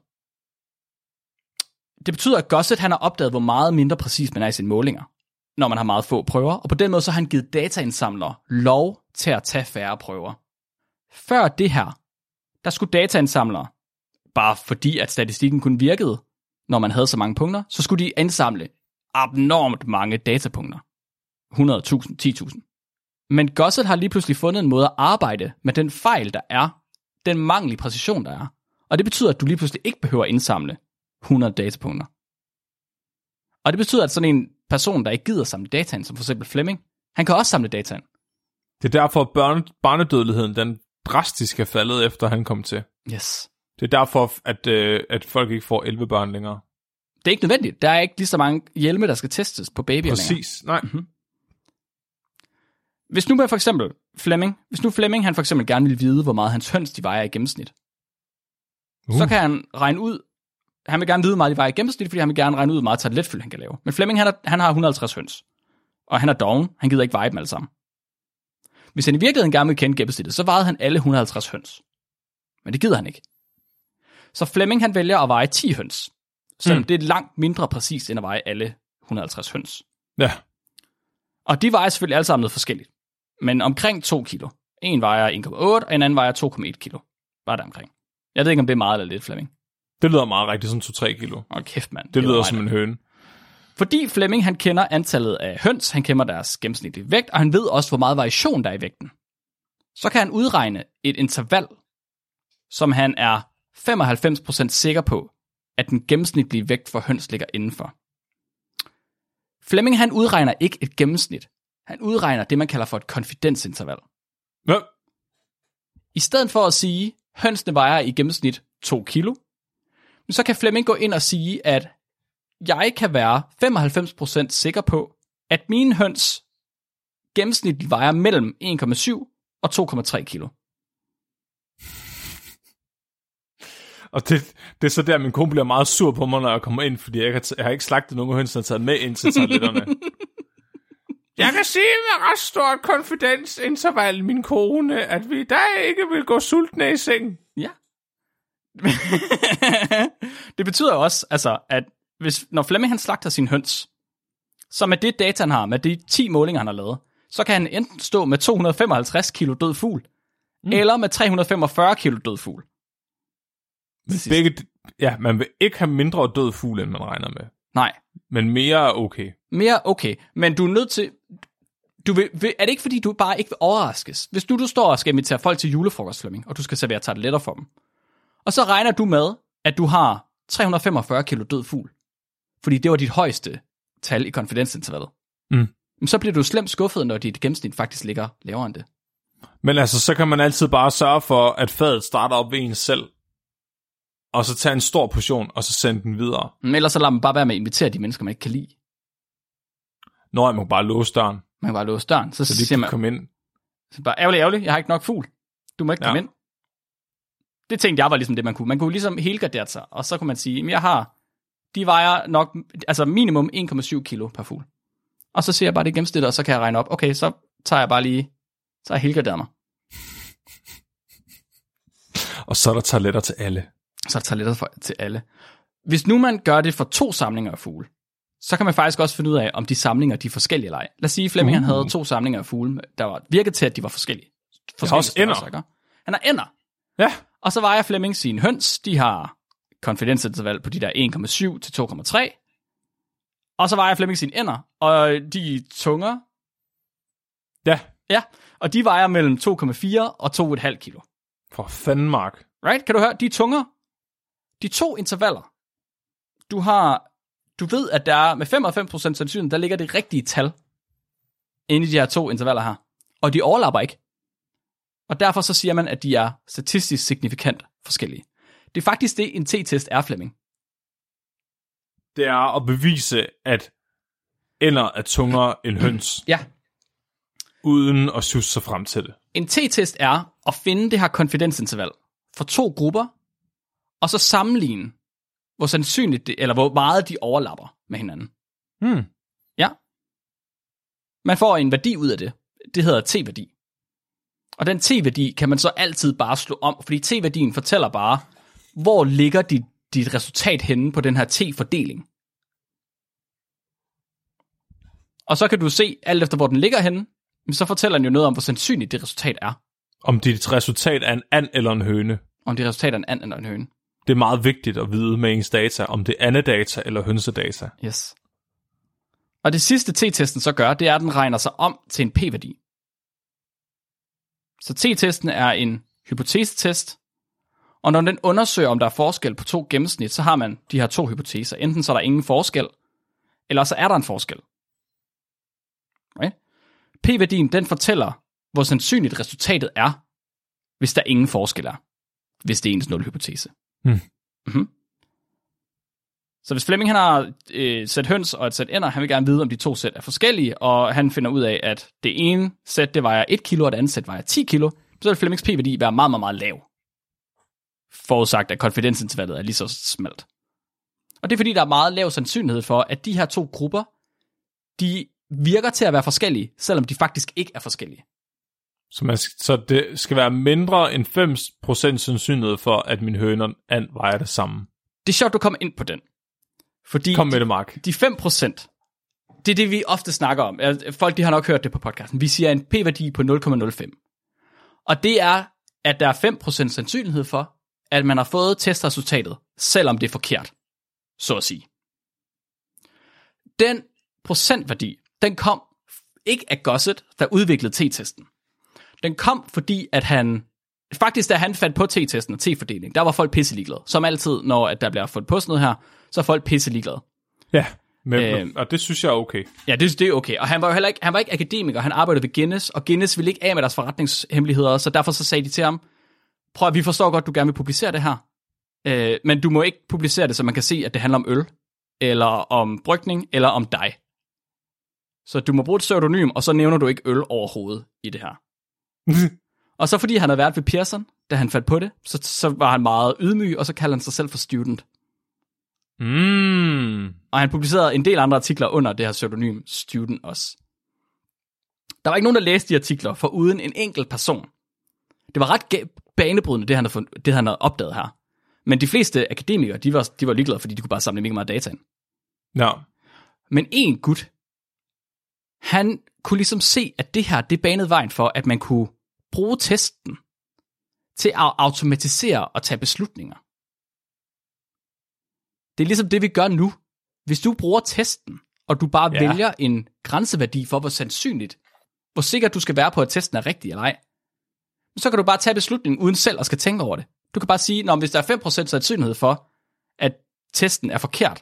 Det betyder, at Gossett han har opdaget, hvor meget mindre præcis man er i sine målinger, når man har meget få prøver, og på den måde så har han givet dataindsamlere lov til at tage færre prøver. Før det her, der skulle dataindsamlere, bare fordi at statistikken kun virkede, når man havde så mange punkter, så skulle de indsamle abnormt mange datapunkter. hundrede tusind, ti tusind. Men Gossett har lige pludselig fundet en måde at arbejde med den fejl, der er, den mangel i præcision, der er. Og det betyder, at du lige pludselig ikke behøver at indsamle hundrede datapunkter. Og det betyder, at sådan en person, der ikke gider samle data ind, som for eksempel Flemming, han kan også samle data ind. Det er derfor, at børne- barnedødeligheden den drastisk er faldet, efter han kom til. Yes. Det er derfor, at, øh, at folk ikke får elleve børn længere. Det er ikke nødvendigt. Der er ikke lige så mange hjelme, der skal testes på babyer Præcis. længere. Præcis, nej. Mm-hmm. Hvis nu med for eksempel Flemming, hvis nu Flemming han for eksempel gerne vil vide, hvor meget hans høns de vejer i gennemsnit, uh. så kan han regne ud, han vil gerne vide, hvor meget de vejer i gennemsnit, fordi han vil gerne regne ud, hvor meget tarteletfyld han kan lave. Men Flemming han, er, han har et hundrede og halvtreds høns, og han er doven, han gider ikke veje dem alle sammen. Hvis han i virkeligheden gerne vil kende gennemsnittet, så vejede han alle et hundrede og halvtreds høns. Men det gider han ikke. Så Flemming han vælger at veje ti høns, selvom Mm. det er langt mindre præcist end at veje alle et hundrede og halvtreds høns. Ja. Og de vejer selvfølgelig alle sammen noget forskelligt, men omkring to kilo. En vejer en komma otte, og en anden vejer to komma et kilo. Bare der omkring. Jeg ved ikke, om det er meget eller lidt, Flemming. Det lyder meget rigtigt, sådan to til tre kilo. Åh, kæft, mand. Det lyder var som meget. en høne. Fordi Flemming han kender antallet af høns, han kender deres gennemsnitlige vægt, og han ved også, hvor meget variation der er i vægten. Så kan han udregne et interval, som han er femoghalvfems procent sikker på, at den gennemsnitlige vægt for høns ligger indenfor. Flemming han udregner ikke et gennemsnit. Han udregner det, man kalder for et konfidensinterval. Ja. I stedet for at sige, hønsene vejer i gennemsnit to kilo, så kan Flemming gå ind og sige, at jeg kan være femoghalvfems procent sikker på, at mine høns gennemsnitligt vejer mellem en komma syv og to komma tre kilo. Og det, det er så der, min kone bliver meget sur på mig, når jeg kommer ind, fordi jeg, kan t- jeg har ikke slagtet nogen høns, der er taget med ind til toiletterne. Jeg kan sige med ret stort konfidensinterval, min kone, at vi der ikke vil gå sultne i seng. Ja. Det betyder også, altså, at hvis, når Flemming han slagter sin høns, så med det data, han har, med de ti målinger, han har lavet, så kan han enten stå med to hundrede og femoghalvtreds kilo død fugl, mm. eller med tre hundrede og femogfyrre kilo død fugl. Men begge, ja, man vil ikke have mindre død fugl, end man regner med. Nej. Men mere er okay. Mere okay, men du er nødt til... Du vil, vil, er det ikke, fordi du bare ikke vil overraskes? Hvis nu du står og skal invitere folk til julefrokost, Flemming, og du skal servere tarteletter for dem, og så regner du med, at du har tre hundrede og femogfyrre kilo død fugl, fordi det var dit højeste tal i konfidensintervallet. Mm. Men så bliver du slemt skuffet, når dit gennemsnit faktisk ligger lavere end det. Men altså, så kan man altid bare sørge for, at fadet starter op ved en selv, og så tage en stor portion, og så sende den videre. Men ellers så lader man bare være med at invitere de mennesker, man ikke kan lide. Nå, jeg må bare låse døren, Man kan bare låse døren. Så, så de siger kan man, komme ind. så bare, ærgerlig, ærgerlig, jeg har ikke nok fugl. Du må ikke komme Ja. ind. Det tænkte jeg var ligesom det, man kunne. Man kunne ligesom helgardere sig, og så kunne man sige, at jeg har, de vejer nok, altså minimum en komma syv kilo per fugl. Og så siger jeg bare det gennemsnit, og så kan jeg regne op, okay, så tager jeg bare lige, så har jeg helgarderet mig. Og så er der toiletter til alle. Så er der toiletter for, til alle. Hvis nu man gør det for to samlinger af fugle, så kan man faktisk også finde ud af, om de samlinger de er forskellige eller ej. Lad os sige, at Flemming Uh. han havde to samlinger af fugle, der var virket til, at de var forskellige. har også størrelser, ænder. ikke? Han har ænder. Ja. Og så vejer Flemming sine høns, de har konfidensinterval på de der en komma syv til to komma tre. Og så vejer Flemming sine ænder, og de tunger, Ja, ja, og de vejer mellem to komma fire og to komma fem kilo. for fanden, Mark. Right? Kan du høre? De tunger, de to intervaller, du har, du ved, at der er med femoghalvfems procent sandsynlighed, der ligger det rigtige tal inde i de her to intervaller her. Og de overlapper ikke. Og derfor så siger man, at de er statistisk signifikant forskellige. Det er faktisk det, en t-test er, Flemming. Det er at bevise, at ænder er tungere end høns, Ja. uden at sjusse sig frem til det. En t-test er at finde det her konfidensinterval for to grupper, og så sammenligne, hvor sandsynligt det, eller hvor meget de overlapper med hinanden. Hmm. Ja. Man får en værdi ud af det. Det hedder t-værdi. Og den t-værdi kan man så altid bare slå om, fordi t-værdien fortæller bare, hvor ligger dit, dit resultat henne på den her t-fordeling. Og så kan du se, alt efter hvor den ligger henne, så fortæller den jo noget om, hvor sandsynligt det resultat er. Om dit resultat er en and eller en høne. Om det resultat er en and eller en høne. Det er meget vigtigt at vide med ens data, om det er andedata eller hønsedata. Yes. Og det sidste t-testen så gør, det er, at den regner sig om til en p-værdi. Så t-testen er en hypotesetest, og når den undersøger, om der er forskel på to gennemsnit, så har man de her to hypoteser. Enten så er der ingen forskel, eller så er der en forskel. Right? P-værdien, den fortæller, hvor sandsynligt resultatet er, hvis der ingen forskel er. Hvis det er ens nul-hypotese. Hmm. Mm-hmm. Så hvis Flemming han har øh, sæt høns og et sæt ænder, han vil gerne vide, om de to sæt er forskellige, og han finder ud af, at det ene sæt, det vejer et kilo, og det andet sæt vejer ti kilo, så vil Flemmings p-værdi være meget, meget, meget lav. Forudsagt, at konfidensintervallet er lige så smalt. Og det er fordi, der er meget lav sandsynlighed for, at de her to grupper, de virker til at være forskellige, selvom de faktisk ikke er forskellige. Så, man, så det skal være mindre end fem procent sandsynlighed for, at min høne og and vejer det samme. Det er sjovt, du kommer ind på den. Fordi Kom med det, Mark. De fem procent, det er det, vi ofte snakker om. Folk, de har nok hørt det på podcasten. Vi siger en p-værdi på nul komma nul fem. Og det er, at der er fem procent sandsynlighed for, at man har fået testresultatet, selvom det er forkert, så at sige. Den procentværdi, den kom ikke af Gossett, der udviklede t-testen. Den kom, fordi at han, faktisk da han fandt på t-testen og t-fordeling, der var folk pisseligeglade. Som altid, når at der bliver fundet på sådan noget her, så er folk pisseligeglade. Ja, men, øh, og det synes jeg er okay. Ja, det, det er okay. Og han var jo heller ikke, han var ikke akademiker, han arbejdede ved Guinness, og Guinness ville ikke af med deres forretningshemmeligheder, så derfor så sagde de til ham, prøv at vi forstår godt, du gerne vil publicere det her, øh, men du må ikke publicere det, så man kan se, at det handler om øl, eller om brygning, eller om dig. Så du må bruge et pseudonym, og så nævner du ikke øl overhovedet i det her. Og så fordi han havde været ved Pearson, da han fandt på det, så, så var han meget ydmyg, og så kaldte han sig selv for student. Mm. Og han publicerede en del andre artikler under det her pseudonym student også. Der var ikke nogen, der læste de artikler, for uden en enkelt person. Det var ret banebrydende, det han havde, fundet, det han havde opdaget her. Men de fleste akademikere, de var, de var ligeglade, fordi de kunne bare samle mega meget data ind. Ja. Men en gut, han kunne ligesom se, at det her, det banede vejen for, at man kunne bruge testen til at automatisere og tage beslutninger. Det er ligesom det, vi gør nu. Hvis du bruger testen, og du bare ja. vælger en grænseværdi for, hvor sandsynligt, hvor sikkert du skal være på, at testen er rigtig eller ej, så kan du bare tage beslutningen, uden selv at skal tænke over det. Du kan bare sige, at hvis der er fem procent sandsynlighed for, at testen er forkert,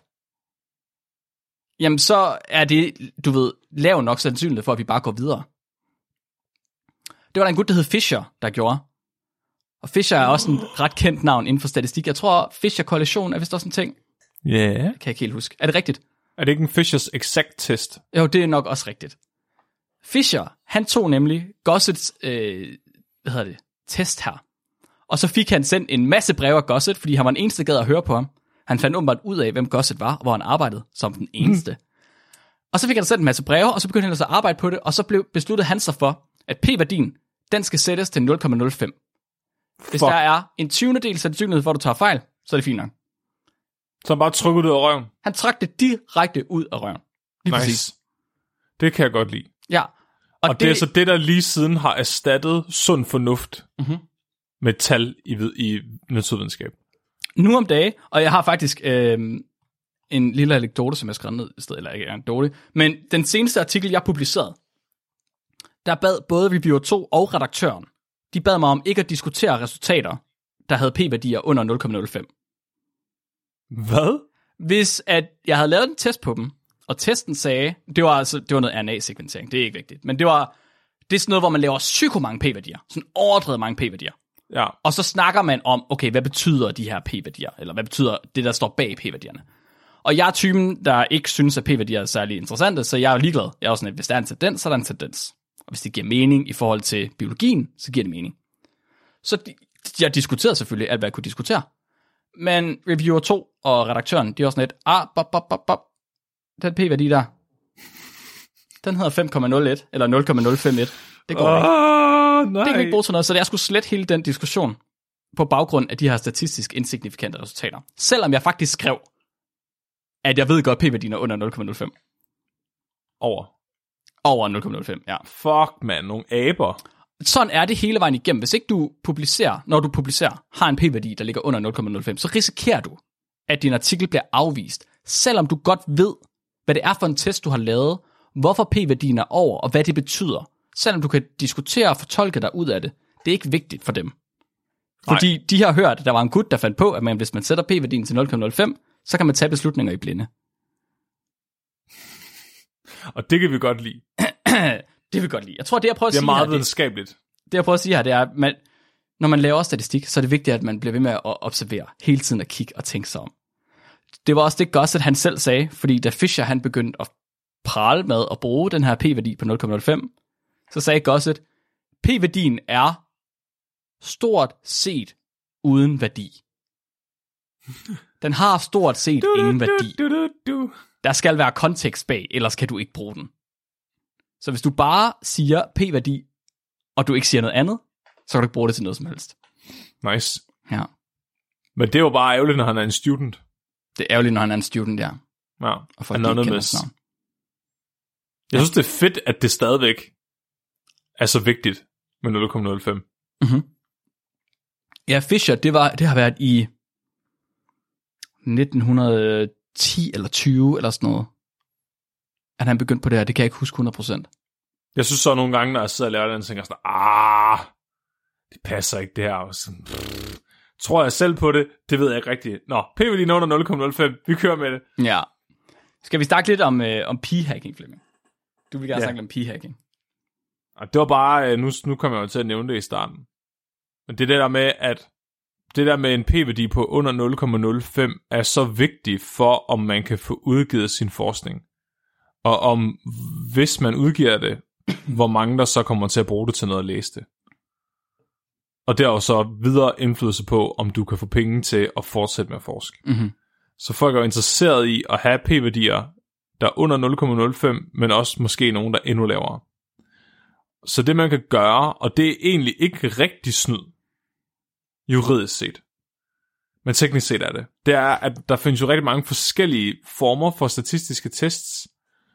jamen så er det, du ved, lav nok sandsynlighed for, at vi bare går videre. Det var der en gut, der hed Fisher, der gjorde. Og Fisher er også en ret kendt navn inden for statistik. Jeg tror, Fisher-koalition er vist også en ting. Ja. Yeah. Kan jeg ikke helt huske. Er det rigtigt? Er det ikke en Fishers exact test? Jo, det er nok også rigtigt. Fisher, han tog nemlig Gossetts, øh, hvad hedder det, test her. Og så fik han sendt en masse breve af Gossett, fordi han var den eneste, der gad at høre på ham. Han fandt åbenbart ud af, hvem Gossett var, og hvor han arbejdede som den eneste. Mm. Og så fik han sendt en masse breve, og så begyndte han altså at arbejde på det, og så blev besluttede han sig for, at p-værdien, den skal sættes til nul komma nul fem. Hvis Fuck. der er en tyvende del sandsynlighed for, at du tager fejl, så er det fint nok. Så han bare trykket ud af røven? Han trak det direkte ud af røven. Lige nice. Præcis. Det kan jeg godt lide. Ja. Og, og det, det er så det, der lige siden har erstattet sund fornuft mm-hmm. med tal i, i naturvidenskab. Nu om dage, og jeg har faktisk øh, en lille anekdote, som jeg skrev ned i stedet, eller ikke anekdote, men den seneste artikel, jeg publicerede, der bad både reviewer to og redaktøren, de bad mig om ikke at diskutere resultater, der havde p-værdier under nul komma nul fem. Hvad? Hvis at jeg havde lavet en test på dem, og testen sagde, det var altså det var noget R N A-sekventering, det er ikke vigtigt, men det var det er sådan noget, hvor man laver psyko mange p-værdier, sådan overdrevet mange p-værdier. Ja. Og så snakker man om, okay, hvad betyder de her p-værdier, eller hvad betyder det, der står bag p-værdierne. Og jeg er typen, der ikke synes, at p-værdier er særlig interessante, så jeg er ligeglad. Jeg er også sådan, at hvis der er en tendens, så er der en tendens. Og hvis det giver mening i forhold til biologien, så giver det mening. Så jeg diskuterede selvfølgelig alt, hvad jeg kunne diskutere. Men reviewer to og redaktøren, de er også sådan lidt, ah, bop, bop, bop, bop. Den p-værdi der, den hedder fem komma nul et, eller nul komma nul fem et. Det går oh, ikke. Nej. Det kan ikke bruge til noget, så jeg skulle slette hele den diskussion på baggrund af de her statistisk insignifikante resultater. Selvom jeg faktisk skrev, at jeg ved godt, p-værdien er under nul komma nul fem. Over. Over nul komma nul fem, ja. Fuck, man, nogle aber. Sådan er det hele vejen igennem. Hvis ikke du publicerer, når du publicerer, har en p-værdi, der ligger under nul komma nul fem, så risikerer du, at din artikel bliver afvist, selvom du godt ved, hvad det er for en test, du har lavet, hvorfor p-værdien er over, og hvad det betyder. Selvom du kan diskutere og fortolke dig ud af det, det er ikke vigtigt for dem. Fordi Nej. de har hørt, at der var en gut, der fandt på, at man, hvis man sætter p-værdien til nul komma nul fem, så kan man tage beslutninger i blinde. Og det kan vi godt lide. Det vil vi godt lide. Jeg tror, det jeg prøver at sige her... Det er meget videnskabeligt. Det, det jeg prøver at sige her, det er, at man, når man laver statistik, så er det vigtigt, at man bliver ved med at observere, hele tiden at kigge og tænke sig om. Det var også det Gossett, han selv sagde, fordi da Fisher han begyndte at prale med at bruge den her p-værdi på nul komma nul fem, så sagde Gossett, p-værdien er stort set uden værdi. Den har stort set du, ingen værdi. Du, du, du. Der skal være kontekst bag, ellers kan du ikke bruge den. Så hvis du bare siger p-værdi og du ikke siger noget andet, så kan du ikke bruge det til noget som helst. Nice. Ja. Men det er jo bare ærgerligt, når han er en student. Det er ærgerligt, når han er en student, ja. Ja, og folk ikke kender hans navn. Jeg synes, det er fedt, at det stadigvæk er så vigtigt med nul komma nul fem. Mm-hmm. Ja, Fisher, det, var, det har været i nitten ti eller tyve eller sådan noget, at han begyndte på det her. Det kan jeg ikke huske hundrede procent. Jeg synes så nogle gange, når jeg sidder og laver den, så tænker jeg sådan, ah, det passer ikke det her. Og sådan, pff, tror jeg selv på det? Det ved jeg ikke rigtigt. Nå, P V D under nul komma nul fem, vi kører med det. Ja. Skal vi snakke lidt om, øh, om p-hacking, Flemming? Du vil gerne ja. snakke om p-hacking. Og det var bare, nu, nu kommer jeg jo til at nævne det i starten. Men det der med, at det der med en p-værdi på under nul komma nul fem er så vigtigt for, om man kan få udgivet sin forskning. Og om, hvis man udgiver det, hvor mange der så kommer til at bruge det til noget at læse det. Og det er jo så videre indflydelse på, om du kan få penge til at fortsætte med at forske. Mm-hmm. Så folk er jo interesseret i at have p-værdier, der er under nul komma nul fem, men også måske nogen, der er endnu lavere. Så det man kan gøre, og det er egentlig ikke rigtig snyd, juridisk set, men teknisk set er det, det er, at der findes jo rigtig mange forskellige former for statistiske tests,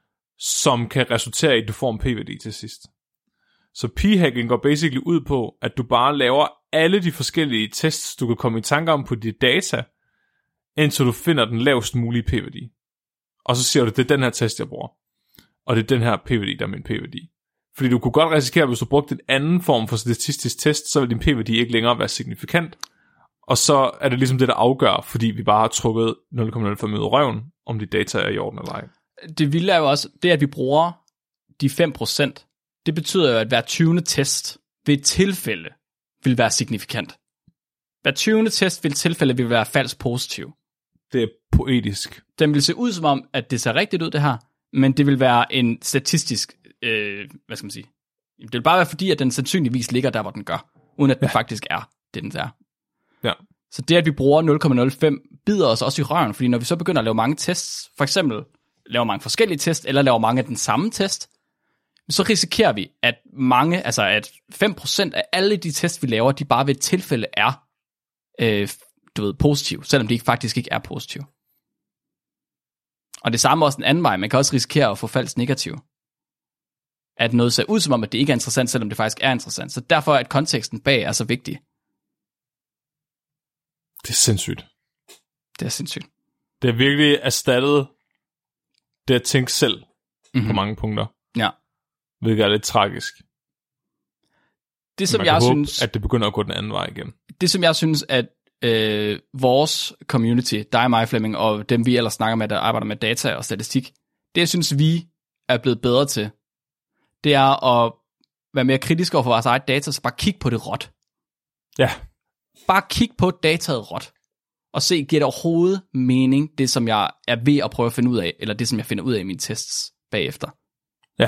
som kan resultere i, at du får en p-værdi til sidst. Så p-hacking går basically ud på, at du bare laver alle de forskellige tests, du kan komme i tanke om på dit data, indtil du finder den lavest mulige p-værdi. Og så siger du, det er den her test, jeg bruger. Og det er den her p-værdi, der er min p-værdi. Fordi du kunne godt risikere, hvis du brugte en anden form for statistisk test, så vil din p-værdi ikke længere være signifikant. Og så er det ligesom det, der afgør, fordi vi bare har trukket nul komma nul fem ud af røven, om dit data er i orden eller ej. Det vilde er jo også, det at vi bruger de fem procent, det betyder jo, at hver tyvende test ved et tilfælde vil være signifikant. Hver tyvende test ved et tilfælde vil være falsk positiv. Det er poetisk. Den vil se ud som om, at det ser rigtigt ud, det her, men det vil være en statistisk, øh, hvad skal man sige, det vil bare være fordi, at den sandsynligvis ligger der, hvor den gør, uden at den ja. faktisk er det, den er. Ja. Så det, at vi bruger nul komma nul fem, bider os også i røven, fordi når vi så begynder at lave mange tests, for eksempel laver mange forskellige tests, eller laver mange af den samme test, så risikerer vi, at mange, altså at fem procent af alle de tests, vi laver, de bare ved et tilfælde er, øh, du ved, positiv, selvom de faktisk ikke er positive. Og det samme også den anden vej, man kan også risikere at få falsk negativ. At noget ser ud som om, at det ikke er interessant, selvom det faktisk er interessant. Så derfor er, at konteksten bag er så vigtig. Det er sindssygt. Det er sindssygt. Det er virkelig erstattet det at tænke selv mm-hmm. på mange punkter. Ja. Hvilket er lidt tragisk. Det som man jeg kan håbe, synes, at det begynder at gå den anden vej igen. Det som jeg synes, at øh, vores community, dig og mig, Flemming, og dem vi ellers snakker med, der arbejder med data og statistik, det jeg synes, vi er blevet bedre til, det er at være mere kritiske over for vores eget data, så bare kig på det råt. Ja. Bare kig på dataet råt, og se, giver det overhovedet mening, det som jeg er ved at prøve at finde ud af, eller det som jeg finder ud af i mine tests bagefter. Ja.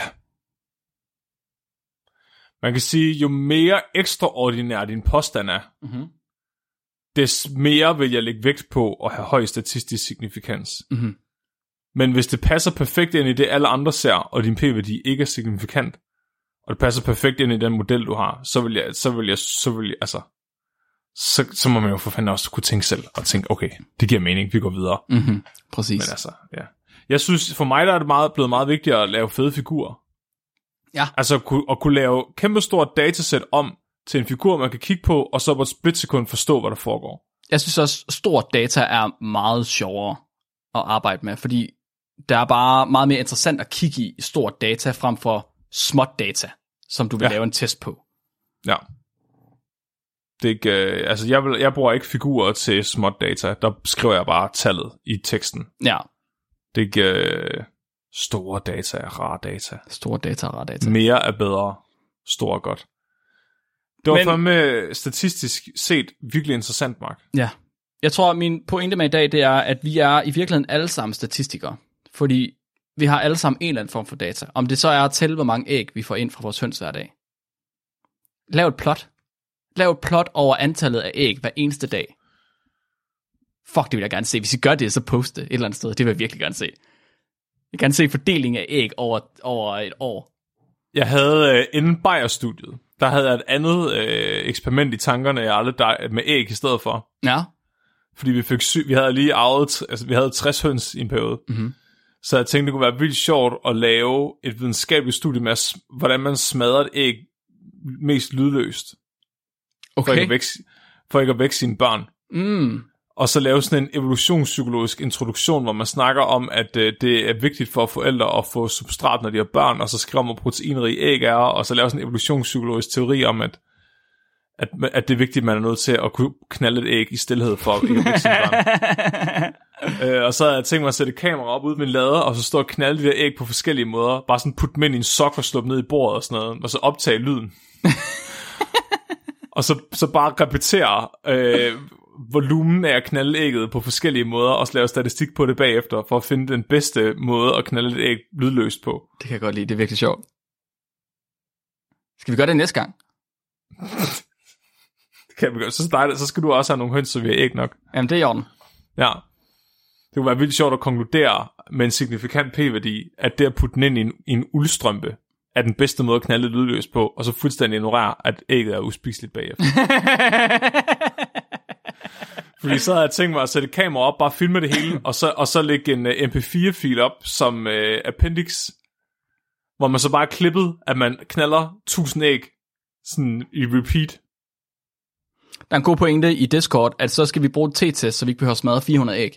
Man kan sige, jo mere ekstraordinær din påstand er, mm-hmm. des mere vil jeg lægge vægt på at have høj statistisk signifikans. Mm-hmm. Men hvis det passer perfekt ind i det, alle andre ser, og din p-værdi ikke er signifikant, og det passer perfekt ind i den model, du har, så vil jeg, så vil jeg, så vil jeg, altså, så, så må man jo for fanden også kunne tænke selv, og tænke, okay, det giver mening, vi går videre. Mm-hmm. Præcis. Men altså, ja. Jeg synes, for mig der er det meget, blevet meget vigtigere at lave fede figurer. Ja. Altså at kunne, at kunne lave kæmpestort datasæt om til en figur, man kan kigge på, og så på et splitsekund forstå, hvad der foregår. Jeg synes også, stort data er meget sjovere at arbejde med, fordi der er bare meget mere interessant at kigge i stort data, frem for småt data, som du vil ja. lave en test på. Ja. Det er ikke, øh, altså jeg, vil, jeg bruger ikke figurer til småt data, der skriver jeg bare tallet i teksten. Ja. Det er ikke øh, store data er rare data. Store data er rare data. Mere er bedre, stor er godt. Det var fandme statistisk set virkelig interessant, Mark. Ja. Jeg tror, at min pointe med i dag, det er, at vi er i virkeligheden alle sammen statistikere. Fordi vi har alle sammen en eller anden form for data. Om det så er at tælle, hvor mange æg vi får ind fra vores høns hver dag. Lav et plot. Lav et plot over antallet af æg hver eneste dag. Fuck, det vil jeg gerne se. Hvis I gør det, så post det et eller andet sted. Det vil jeg virkelig gerne se. Jeg vil gerne se fordelingen af æg over, over et år. Jeg havde, uh, inden Bayer-studiet, der havde jeg et andet øh, eksperiment i tankerne, jeg aldrig dej, med æg i stedet for. Ja. Fordi vi fik sy- vi havde lige arvet, altså vi havde tres høns i en periode. Mm-hmm. Så jeg tænkte, det kunne være vildt sjovt at lave et videnskabeligt studie med, hvordan man smadrer et æg mest lydløst. Okay. For ikke at vække, for ikke at vække sine børn. Mm. Og så lave sådan en evolutionspsykologisk introduktion, hvor man snakker om, at øh, det er vigtigt for forældre at få substrat, når de har børn, og så skriver man, hvor proteinrige æg er, og så lave sådan en evolutionspsykologisk teori om, at, at, at det er vigtigt, at man er nødt til at kunne knalde et æg i stilhed for at ikke vække sine børn. øh, og så havde jeg tænkt mig at sætte et kamera op ude i min lade, og så stå og knalde de der æg på forskellige måder. Bare sådan putte dem ind i en sok og slå dem ned i bordet og sådan noget, og så optage lyden. Og så, så bare repetere øh, volumen af at knalde ægget på forskellige måder, og så lave statistik på det bagefter, for at finde den bedste måde at knalde et æg lydløst på. Det kan jeg godt lide, det er virkelig sjovt. Skal vi gøre det næste gang? Det kan vi gøre. Så, dig, så skal du også have nogle høns, så vi har æg nok. Jamen, det er i orden. Ja. Det kunne være vildt sjovt at konkludere med en signifikant p-værdi, at det at putte den ind i en, i en uldstrømpe, er den bedste måde at knalde lydløst på, og så fuldstændig ignorere, at ægget er uspiseligt bagefter. Fordi så havde jeg tænkt mig at sætte kamera op, bare filme det hele, og så, og så lægge en uh, M P fire fil op som uh, appendix, hvor man så bare klippet, at man knaller tusind æg sådan i repeat. Der er en god pointe i Discord, at så skal vi bruge et t-test, så vi ikke behøver at smadre fire hundrede æg.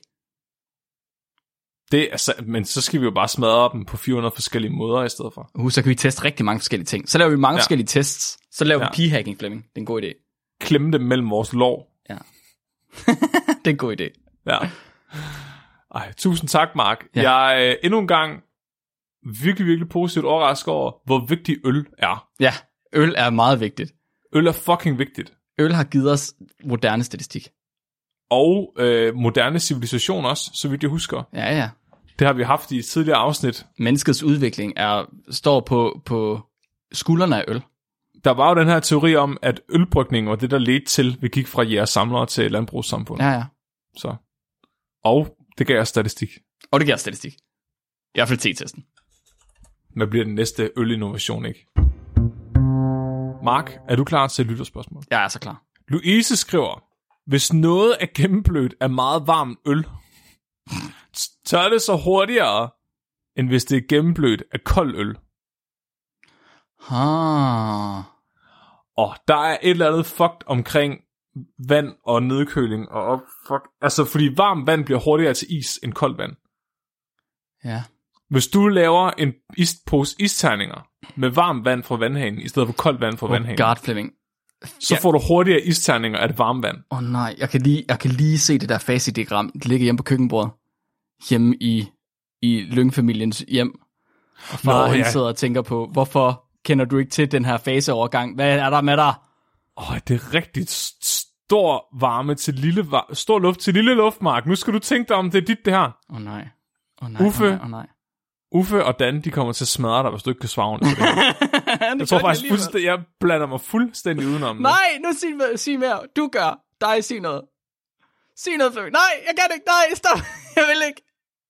Det er, men så skal vi jo bare smadre dem på fire hundrede forskellige måder i stedet for. Uh, så kan vi teste rigtig mange forskellige ting. Så laver vi mange ja. forskellige tests. Så laver ja. vi p-hacking, Flemming. Det er en god idé. Klemme dem mellem vores lår. Ja. Det er en god idé. Ja. Ej, tusind tak, Mark. Ja. Jeg er øh, endnu en gang virkelig, virkelig positivt overrasket over, hvor vigtig øl er. Ja, øl er meget vigtigt. Øl er fucking vigtigt. Øl har givet os moderne statistik. Og øh, moderne civilisation også, så vidt jeg husker. Ja, ja. Det har vi haft i et tidligere afsnit. Menneskets udvikling er står på, på skuldrene af øl. Der var jo den her teori om, at ølbrygning var det, der ledte til, at vi gik fra jægersamlere til landbrugssamfund. Ja, ja. Så. Og det gav os statistik. Og det gav os statistik. I hvert fald t-testen. Hvad bliver den næste ølinnovation, ikke? Mark, er du klar til et lytterspørgsmål? Jeg er så klar. Louise skriver, hvis noget er gennemblødt af meget varm øl, tør det så hurtigere, end hvis det er gennemblødt af kold øl. Ah. Og der er et eller andet fucked omkring vand og nedkøling. Og op, fuck. Altså, fordi varmt vand bliver hurtigere til is end koldt vand. Ja. Hvis du laver en is- pose isterninger med varmt vand fra vandhanen, i stedet for koldt vand fra oh vandhanen, God, Flemming. så ja. får du hurtigere isterninger af det varme vand. Åh oh, nej, jeg kan, lige, jeg kan lige se det der facediagram. Det ligger hjemme på køkkenbordet. Hjemme i, i Lyng-familiens hjem. Og far Nå, han ja. sidder og tænker på, hvorfor kender du ikke til den her faseovergang? Hvad er der med dig? Åh, oh, det er rigtig stor varme til lille var- stor luft til lille luftmark. Nu skal du tænke dig om, det er dit det her. Åh oh, nej. Åh oh, nej, Uffe, oh, nej, oh, nej. Uffe og Dan, de kommer til at smadre dig, hvis du ikke kan svare ordentligt. Jeg tror faktisk fuldstændig, jeg blander mig fuldstændig udenom. Nej, nu sig, sig mere. Du gør. Dig, sig noget. Sig noget, Flemming. Nej, jeg kan ikke. Nej, stop. Jeg vil ikke.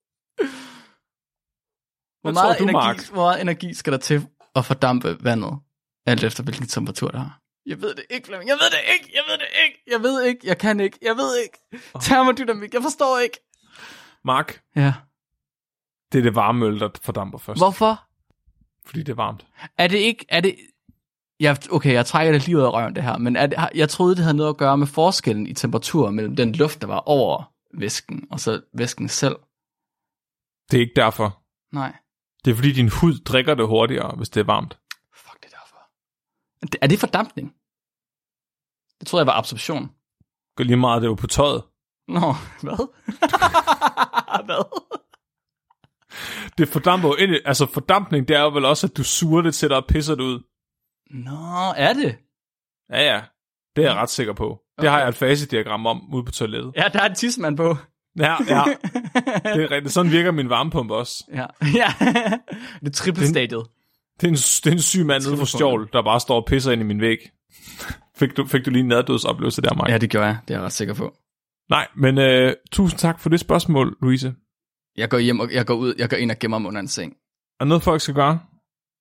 Hvor meget, du, energi, Mark? hvor meget energi skal der til at fordampe vandet, alt efter hvilken temperatur der har? Jeg ved det ikke, Flemming. Jeg ved det ikke. Jeg ved det ikke. Jeg ved ikke. Jeg kan ikke. Jeg ved ikke. Termodynamik. Jeg forstår ikke. Mark? Ja. Det er det varme øl, der fordamper først. Hvorfor? Fordi det er varmt. Er det ikke... Er det... Jeg, okay, jeg trækker det lige ud af røven, det her. Men er det, jeg troede, det havde noget at gøre med forskellen i temperatur mellem den luft, der var over væsken, og så væsken selv. Det er ikke derfor. Nej. Det er fordi, din hud drikker det hurtigere, hvis det er varmt. Fuck, det er derfor. Er det fordampning? Det troede jeg var absorption. Gør lige meget, det var på tøjet. Nå, hvad? Hvad? Det fordamper jo ind i, altså fordampning, det er jo vel også, at du suger det til dig og pisser det ud. Nå, er det? Ja, ja. Det er jeg ret sikker på. Det okay. har jeg et fasediagram om ude på toilettet. Ja, der er en tidsmand på. Ja, ja. Det er rigtigt. Sådan virker min varmepumpe også. Ja, ja. Det er trippelstadiet. Det er en, det er en syg mand nede for Stjål, der bare står og pisser ind i min væg. Fik du, fik du lige en naddødsoplevelse der, Mark? Ja, det gør jeg. Det er jeg ret sikker på. Nej, men øh, tusind tak for det spørgsmål, Louise. Jeg går hjem og jeg går ud, jeg går ind og gemmer mig under en seng. Er noget, folk skal gøre?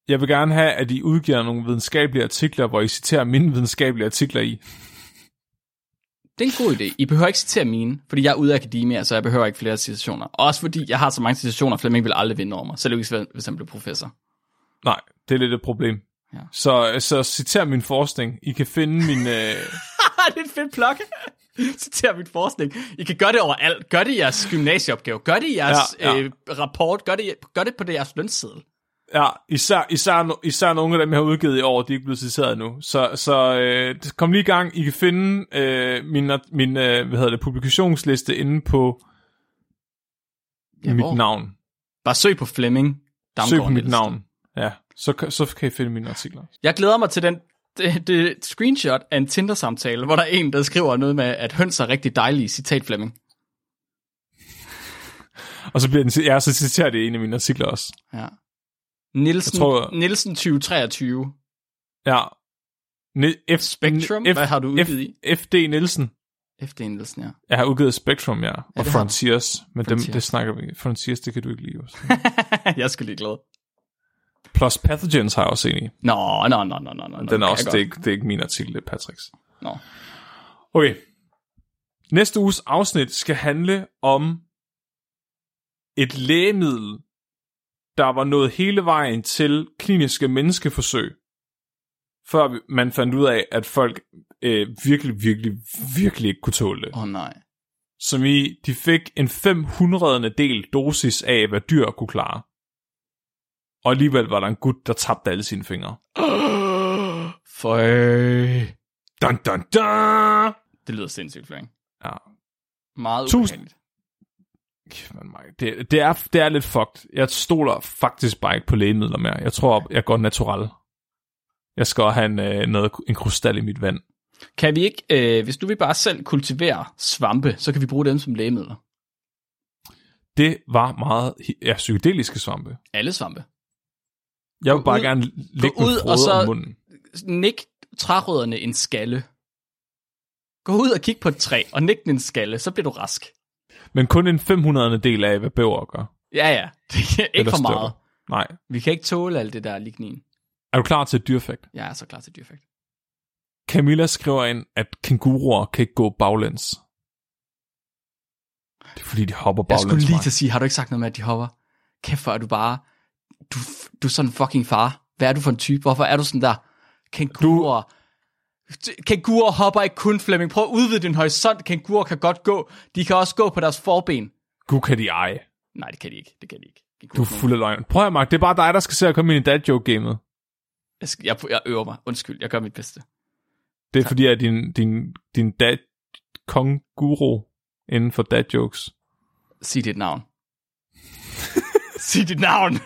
Jeg vil gerne have, at I udgiver nogle videnskabelige artikler, hvor I citerer mine videnskabelige artikler i. Det er en god idé. I behøver ikke citere mine, fordi jeg er ude af akademia, så jeg behøver ikke flere citationer. Også fordi jeg har så mange citationer, Flemming vil aldrig vinde over mig, selv ikke hvis han bliver professor. Nej, det er lidt et problem. Ja. Så, så citer min forskning. I kan finde min... Øh... det er et fedt plok. Citer min forskning. I kan gøre det overalt. Gør det i jeres gymnasieopgave. Gør det i jeres ja, ja. Øh, rapport. Gør det, gør det på det jeres lønseddel. Ja, især, især, især nogle af dem, jeg har udgivet i år, de er ikke blevet citeret nu. Så, så øh, kom lige i gang. I kan finde øh, min, min øh, hvad hedder det, publikationsliste inde på ja, mit hvor? navn. Bare søg på Flemming. Søg på mit liste. navn. Ja, så, så kan I finde mine artikler. Jeg glæder mig til den det, det screenshot af en Tinder-samtale, hvor der er en, der skriver noget med, at høns er rigtig dejlige, citat Flemming. Og så bliver den, ja, så citerer det en af mine artikler også. Ja. Nielsen, tror, Nielsen tyve treogtyve. Ja. F, Spectrum, F, hvad har du udgivet i? F D Nielsen. F D Nielsen, ja. Jeg har udgivet Spectrum, ja. Og ja, Frontiers. Men dem, det snakker vi. Frontiers, det kan du ikke lide også. Jeg skulle lige glad. Plus Pathogens har jeg også en i. Nå, nå, nå, nå, nå. nå Den er også, det er, ikke, det er ikke min artikel, det er Patricks. Nå. Okay. Næste uges afsnit skal handle om et lægemiddel, der var nået hele vejen til kliniske menneskeforsøg, før man fandt ud af, at folk øh, virkelig, virkelig, virkelig ikke kunne tåle det. Åh oh, nej. Som i, de fik en fem hundrede del dosis af, hvad dyr kunne klare. Og alligevel var der en gut, der tabte alle sine fingre. Føj. Dun, dun, dun. Det lyder sindssygt, Flemming. Ja. Meget ubehageligt. Det, det, er, det er lidt fucked. Jeg stoler faktisk bare ikke på lægemidler mere. Jeg tror, jeg går natural. Jeg skal have en, øh, noget, en krystal i mit vand. Kan vi ikke, øh, hvis du vil bare selv kultivere svampe, så kan vi bruge dem som lægemidler? Det var meget ja, psykedeliske svampe. Alle svampe. Jeg vil gå bare ud, gerne lægge med frode om munden. Nik trærødderne en skalle. Gå ud og kig på et træ, og nik den en skalle, så bliver du rask. Men kun en fem hundrede del af, hvad bæver gør. Ja, ja. Det er ikke Eller for meget. Større. Nej. Vi kan ikke tåle alt det der lignin. Er du klar til et dyrfakt? Jeg er så klar til et dyrfakt. Camilla skriver ind, at kænguruer kan ikke gå baglæns. Det er fordi, de hopper baglæns. Jeg skulle lige til at sige, har du ikke sagt noget med, at de hopper? Kæft, hvor er du bare... Du, du er sådan en fucking far. Hvad er du for en type? Hvorfor er du sådan der? Kænguruer... Du... Kænguruer hopper ikke kun, Flemming. Prøv at udvide din horisont. Kænguruer kan godt gå. De kan også gå på deres forben. Gud, kan de eje? Nej, det kan de ikke. Det kan de ikke. De du er fuld af løgn. Prøv at Mark, det er bare dig, der skal se at komme ind i dad joke-gamet. Jeg, skal, jeg, jeg øver mig. Undskyld, jeg gør mit bedste. Det er tak. Fordi, at din, din, din dad konguru inden for dad jokes. Sig dit navn. Sig dit navn.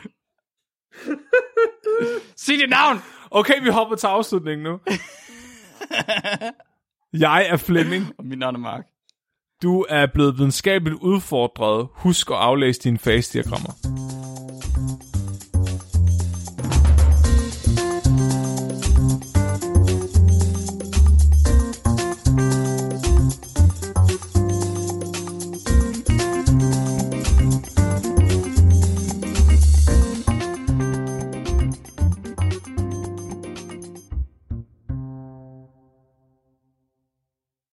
Sig dit navn. Okay, vi hopper til afslutningen nu. Jeg er Flemming. Og mit navn er Mark. Du er blevet videnskabeligt udfordret. Husk at aflæse dine fase-diagrammer.